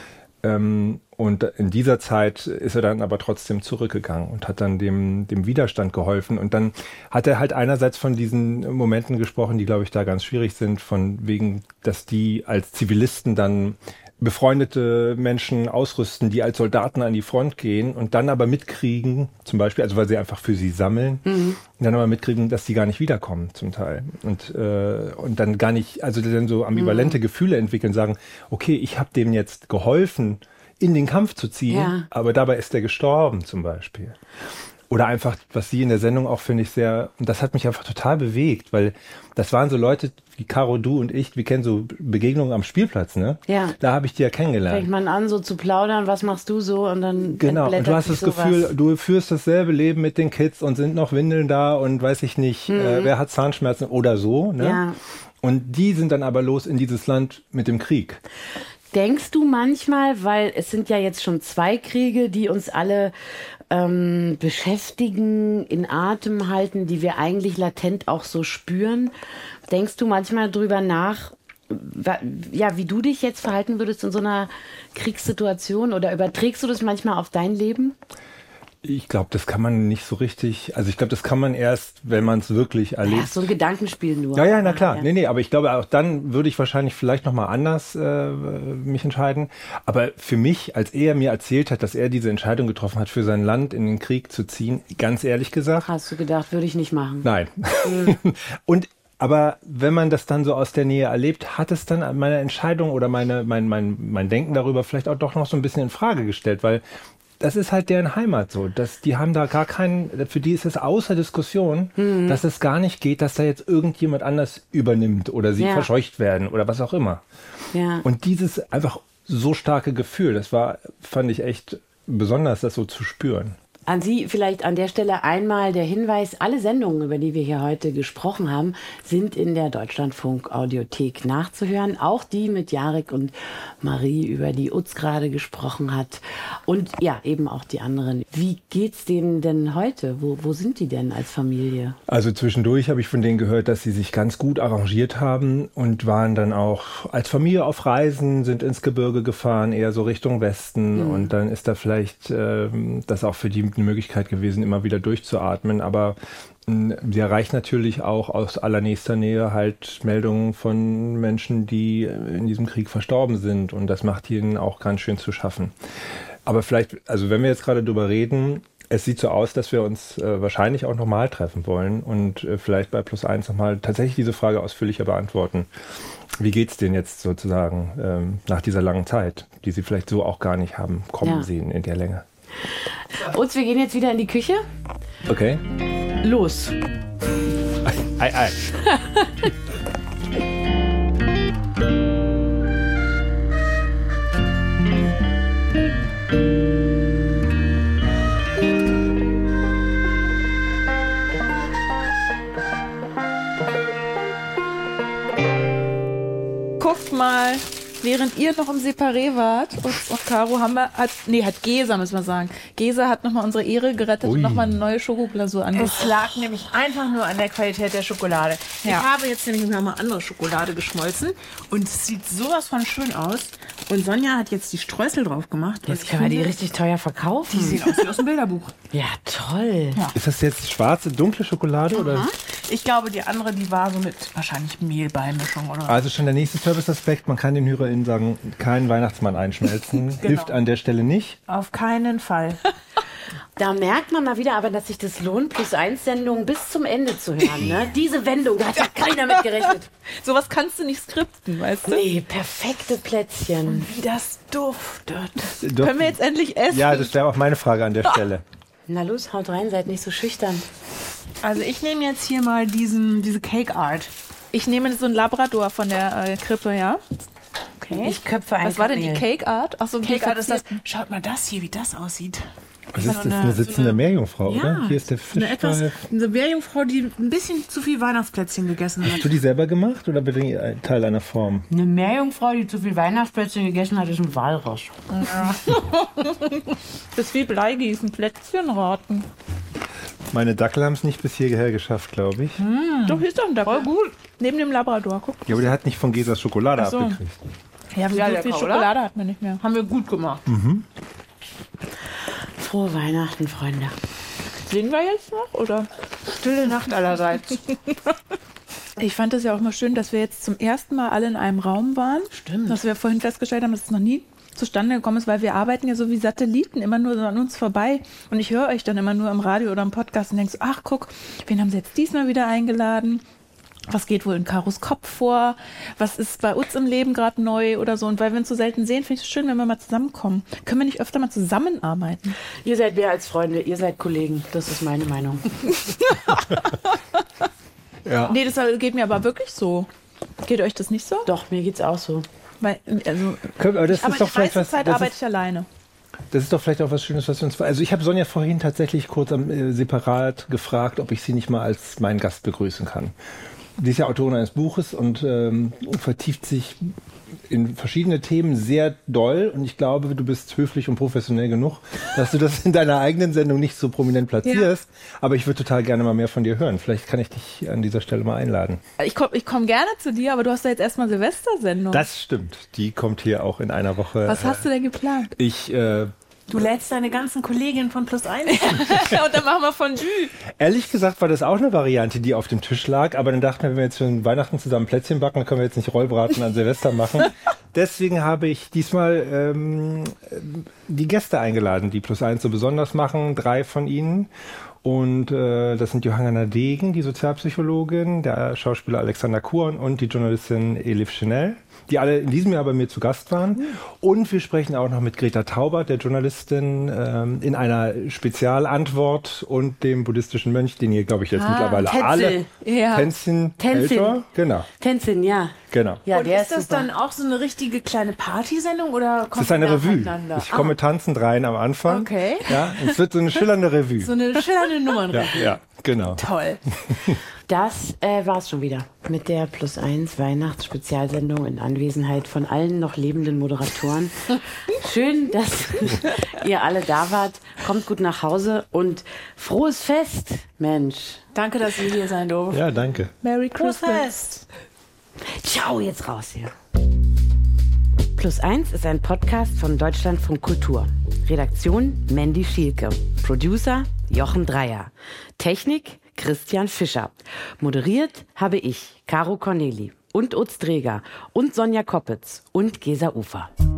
Ähm, und in dieser Zeit ist er dann aber trotzdem zurückgegangen und hat dann dem, dem Widerstand geholfen. Und dann hat er halt einerseits von diesen Momenten gesprochen, die, glaube ich, da ganz schwierig sind, von wegen, dass die als Zivilisten dann befreundete Menschen ausrüsten, die als Soldaten an die Front gehen und dann aber mitkriegen, zum Beispiel, also weil sie einfach für sie sammeln, mhm. und dann aber mitkriegen, dass die gar nicht wiederkommen zum Teil. Und, äh, und dann gar nicht, also dann so ambivalente mhm. Gefühle entwickeln, sagen, okay, ich habe dem jetzt geholfen, in den Kampf zu ziehen, ja. aber dabei ist er gestorben zum Beispiel. Oder einfach, was sie in der Sendung auch, finde ich, sehr, und das hat mich einfach total bewegt, weil das waren so Leute wie Caro, du und ich, wir kennen so Begegnungen am Spielplatz, ne? Ja. Da habe ich die ja kennengelernt. Fängt man an, so zu plaudern, was machst du so? Und dann genau, und du hast das sowas. Gefühl, du führst dasselbe Leben mit den Kids und sind noch Windeln da und weiß ich nicht, mhm. äh, wer hat Zahnschmerzen oder so, ne? Ja. Und die sind dann aber los in dieses Land mit dem Krieg. Denkst du manchmal, weil es sind ja jetzt schon zwei Kriege, die uns alle ähm, beschäftigen, in Atem halten, die wir eigentlich latent auch so spüren, denkst du manchmal drüber nach, ja, wie du dich jetzt verhalten würdest in so einer Kriegssituation oder überträgst du das manchmal auf dein Leben? Ich glaube, das kann man nicht so richtig, also ich glaube, das kann man erst, wenn man es wirklich erlebt. Ja, so ein Gedankenspiel nur. Ja, ja, na klar. Ja. Nee, nee, aber ich glaube, auch dann würde ich wahrscheinlich vielleicht nochmal anders äh, mich entscheiden. Aber für mich, als er mir erzählt hat, dass er diese Entscheidung getroffen hat, für sein Land in den Krieg zu ziehen, ganz ehrlich gesagt. Hast du gedacht, würde ich nicht machen? Nein. Mhm. Und aber wenn man das dann so aus der Nähe erlebt, hat es dann meine Entscheidung oder meine, mein, mein, mein Denken darüber vielleicht auch doch noch so ein bisschen in Frage gestellt, weil das ist halt deren Heimat so. Dass die haben da gar keinen, für die ist es außer Diskussion, mhm. dass es gar nicht geht, dass da jetzt irgendjemand anders übernimmt oder sie ja. verscheucht werden oder was auch immer. Ja. Und dieses einfach so starke Gefühl, das war, fand ich echt besonders, das so zu spüren. An Sie vielleicht an der Stelle einmal der Hinweis, alle Sendungen, über die wir hier heute gesprochen haben, sind in der Deutschlandfunk-Audiothek nachzuhören. Auch die mit Jarek und Marie, über die Utz gerade gesprochen hat. Und ja, eben auch die anderen. Wie geht's denen denn heute? Wo, wo sind die denn als Familie? Also zwischendurch habe ich von denen gehört, dass sie sich ganz gut arrangiert haben und waren dann auch als Familie auf Reisen, sind ins Gebirge gefahren, eher so Richtung Westen. Mhm. Und dann ist da vielleicht äh, das auch für die eine Möglichkeit gewesen, immer wieder durchzuatmen. Aber mh, sie erreicht natürlich auch aus allernächster Nähe halt Meldungen von Menschen, die in diesem Krieg verstorben sind. Und das macht ihnen auch ganz schön zu schaffen. Aber vielleicht, also wenn wir jetzt gerade drüber reden, es sieht so aus, dass wir uns äh, wahrscheinlich auch nochmal treffen wollen und äh, vielleicht bei Plus eins nochmal tatsächlich diese Frage ausführlicher beantworten. Wie geht's denen jetzt sozusagen ähm, nach dieser langen Zeit, die sie vielleicht so auch gar nicht haben kommen Ja. sehen in der Länge? Utz, wir gehen jetzt wieder in die Küche. Okay. Los. Ei, ei. Guckt mal, während ihr noch im Separé wart, Utz und Caro haben wir, hat, nee, hat Gesa, müssen wir sagen. Gesa hat nochmal unsere Ehre gerettet Ui. und nochmal eine neue Schokoglasur angefangen. Es lag nämlich einfach nur an der Qualität der Schokolade. Ja. Ich habe jetzt nämlich noch mal andere Schokolade geschmolzen und es sieht sowas von schön aus. Und Sonja hat jetzt die Streusel drauf gemacht. Jetzt können wir die richtig teuer verkaufen. Die sehen aus wie aus dem Bilderbuch. Ja, toll. Ist das jetzt schwarze, dunkle Schokolade? Oder? Ich glaube, die andere, die war so mit wahrscheinlich Mehlbeimischung oder Also schon der nächste Serviceaspekt, man kann den HörerInnen sagen, keinen Weihnachtsmann einschmelzen. Hilft an der Stelle nicht. auf keinen Fall. Da merkt man mal wieder aber, dass sich das lohnt, Plus eins Sendungen bis zum Ende zu hören. Ne? Diese Wendung, da hat ja keiner mit gerechnet. Sowas kannst du nicht skripten, weißt du? Nee, perfekte Plätzchen. Wie das duftet. Doch, Können wir jetzt endlich essen? ja, das wäre auch meine Frage an der Stelle. Na los, haut rein, seid nicht so schüchtern. Also ich nehme jetzt hier mal diesen, diese Cake Art. Ich nehme so einen Labrador von der äh, Krippe, ja? Okay. Ich köpfe ein Was war denn die Kamel. Cake Art? Ach so, ein Cake Art ist das. verzierten. Schaut mal das hier, wie das aussieht. Was Das ist so das? eine- Eine sitzende so eine- Meerjungfrau, Ja, oder? Hier ist der Eine, etwas, Fischball. eine Meerjungfrau, die ein bisschen zu viel Weihnachtsplätzchen gegessen hat. Hast du die selber gemacht oder bitte ein Teil einer Form? Eine Meerjungfrau, die zu viel Weihnachtsplätzchen gegessen hat, ist ein Walross. Das ist wie Bleigießen, Plätzchen raten. Meine Dackel haben es nicht bis hierher geschafft, glaube ich. Doch, hier ist doch ein Dackel. Voll gut. Neben dem Labrador, guck. Ja, aber der hat nicht von Gesas Schokolade Ach so. abgekriegt. Ja, so Ja, viel lecker, oder? Schokolade hatten wir nicht mehr. Haben wir gut gemacht. Frohe Weihnachten, Freunde. Singen wir jetzt noch, oder? Stille Nacht allerseits. Ich fand es ja auch mal schön, dass wir jetzt zum ersten Mal alle in einem Raum waren. Stimmt. Dass wir vorhin festgestellt haben, dass es noch nie zustande gekommen ist, weil wir arbeiten ja so wie Satelliten immer nur so an uns vorbei. Und ich höre euch dann immer nur im Radio oder im Podcast und denke so, ach guck, wen haben sie jetzt diesmal wieder eingeladen? Was geht wohl in Karos Kopf vor? Was ist bei uns im Leben gerade neu oder so? Und weil wir uns so selten sehen, finde ich es schön, wenn wir mal zusammenkommen. Können wir nicht öfter mal zusammenarbeiten? Ihr seid mehr als Freunde, ihr seid Kollegen. Das ist meine Meinung. Ja. Nee, das geht mir aber wirklich so. Geht euch das nicht so? Doch, mir geht's auch so. Weil, also, Aber das aber ist doch die vielleicht meiste was. Zeit Das arbeite ist, ich alleine. das ist doch vielleicht auch was Schönes, was wir uns. Also ich habe Sonja vorhin tatsächlich kurz am, äh, separat gefragt, ob ich sie nicht mal als meinen Gast begrüßen kann. Sie ist ja Autorin eines Buches und ähm, vertieft sich in verschiedene Themen sehr doll. Und ich glaube, du bist höflich und professionell genug, dass du das in deiner eigenen Sendung nicht so prominent platzierst. Aber ich würde total gerne mal mehr von dir hören. Vielleicht kann ich dich an dieser Stelle mal einladen. Ich komme ich komm gerne zu dir, aber du hast ja jetzt erstmal Silvestersendung. Das stimmt. Die kommt hier auch in einer Woche. Was hast du denn geplant? Ich, äh, Du lädst deine ganzen Kolleginnen von Plus eins. Und dann machen wir Fondue. ehrlich gesagt war das auch eine Variante, die auf dem Tisch lag. Aber dann dachten wir, wenn wir jetzt für Weihnachten zusammen Plätzchen backen, dann können wir jetzt nicht Rollbraten an Silvester machen. Deswegen habe ich diesmal ähm, die Gäste eingeladen, die Plus eins so besonders machen. Drei von ihnen. Und äh, das sind Johanna Degen, die Sozialpsychologin, der Schauspieler Alexander Kuhn und die Journalistin Elif Chanel, die alle in diesem Jahr bei mir zu Gast waren. Mhm. Und wir sprechen auch noch mit Greta Taubert, der Journalistin, ähm, in einer Spezialantwort und dem buddhistischen Mönch, den ihr, glaube ich, jetzt ah, mittlerweile Tenzin. alle... Ja. Tenzin. Tenzin. Älter? Genau. Tenzin, ja. Genau. Ja, und der ist das super. dann auch so eine richtige kleine Partysendung oder kommt Es ist eine ihr Revue. nacheinander? Ich komme ah. tanzend rein am Anfang. Okay. Ja, und es wird so eine schillernde Revue. So eine schillernde Nummernrevue. Ja, ja, genau. Toll. Das äh, war's schon wieder mit der Plus eins Weihnachtsspezialsendung in Anwesenheit von allen noch lebenden Moderatoren. Schön, dass ihr alle da wart. Kommt gut nach Hause und frohes Fest, Mensch. Danke, dass ihr hier sein durft. Ja, danke. Merry Christmas. Ciao, jetzt raus hier. Plus eins ist ein Podcast von Deutschlandfunk Kultur. Redaktion Mandy Schielke. Producer Jochen Dreier. Technik Christian Fischer. Moderiert habe ich, Caro Corneli und Utz Dreger und Sonja Koppitz und Gesa Ufer.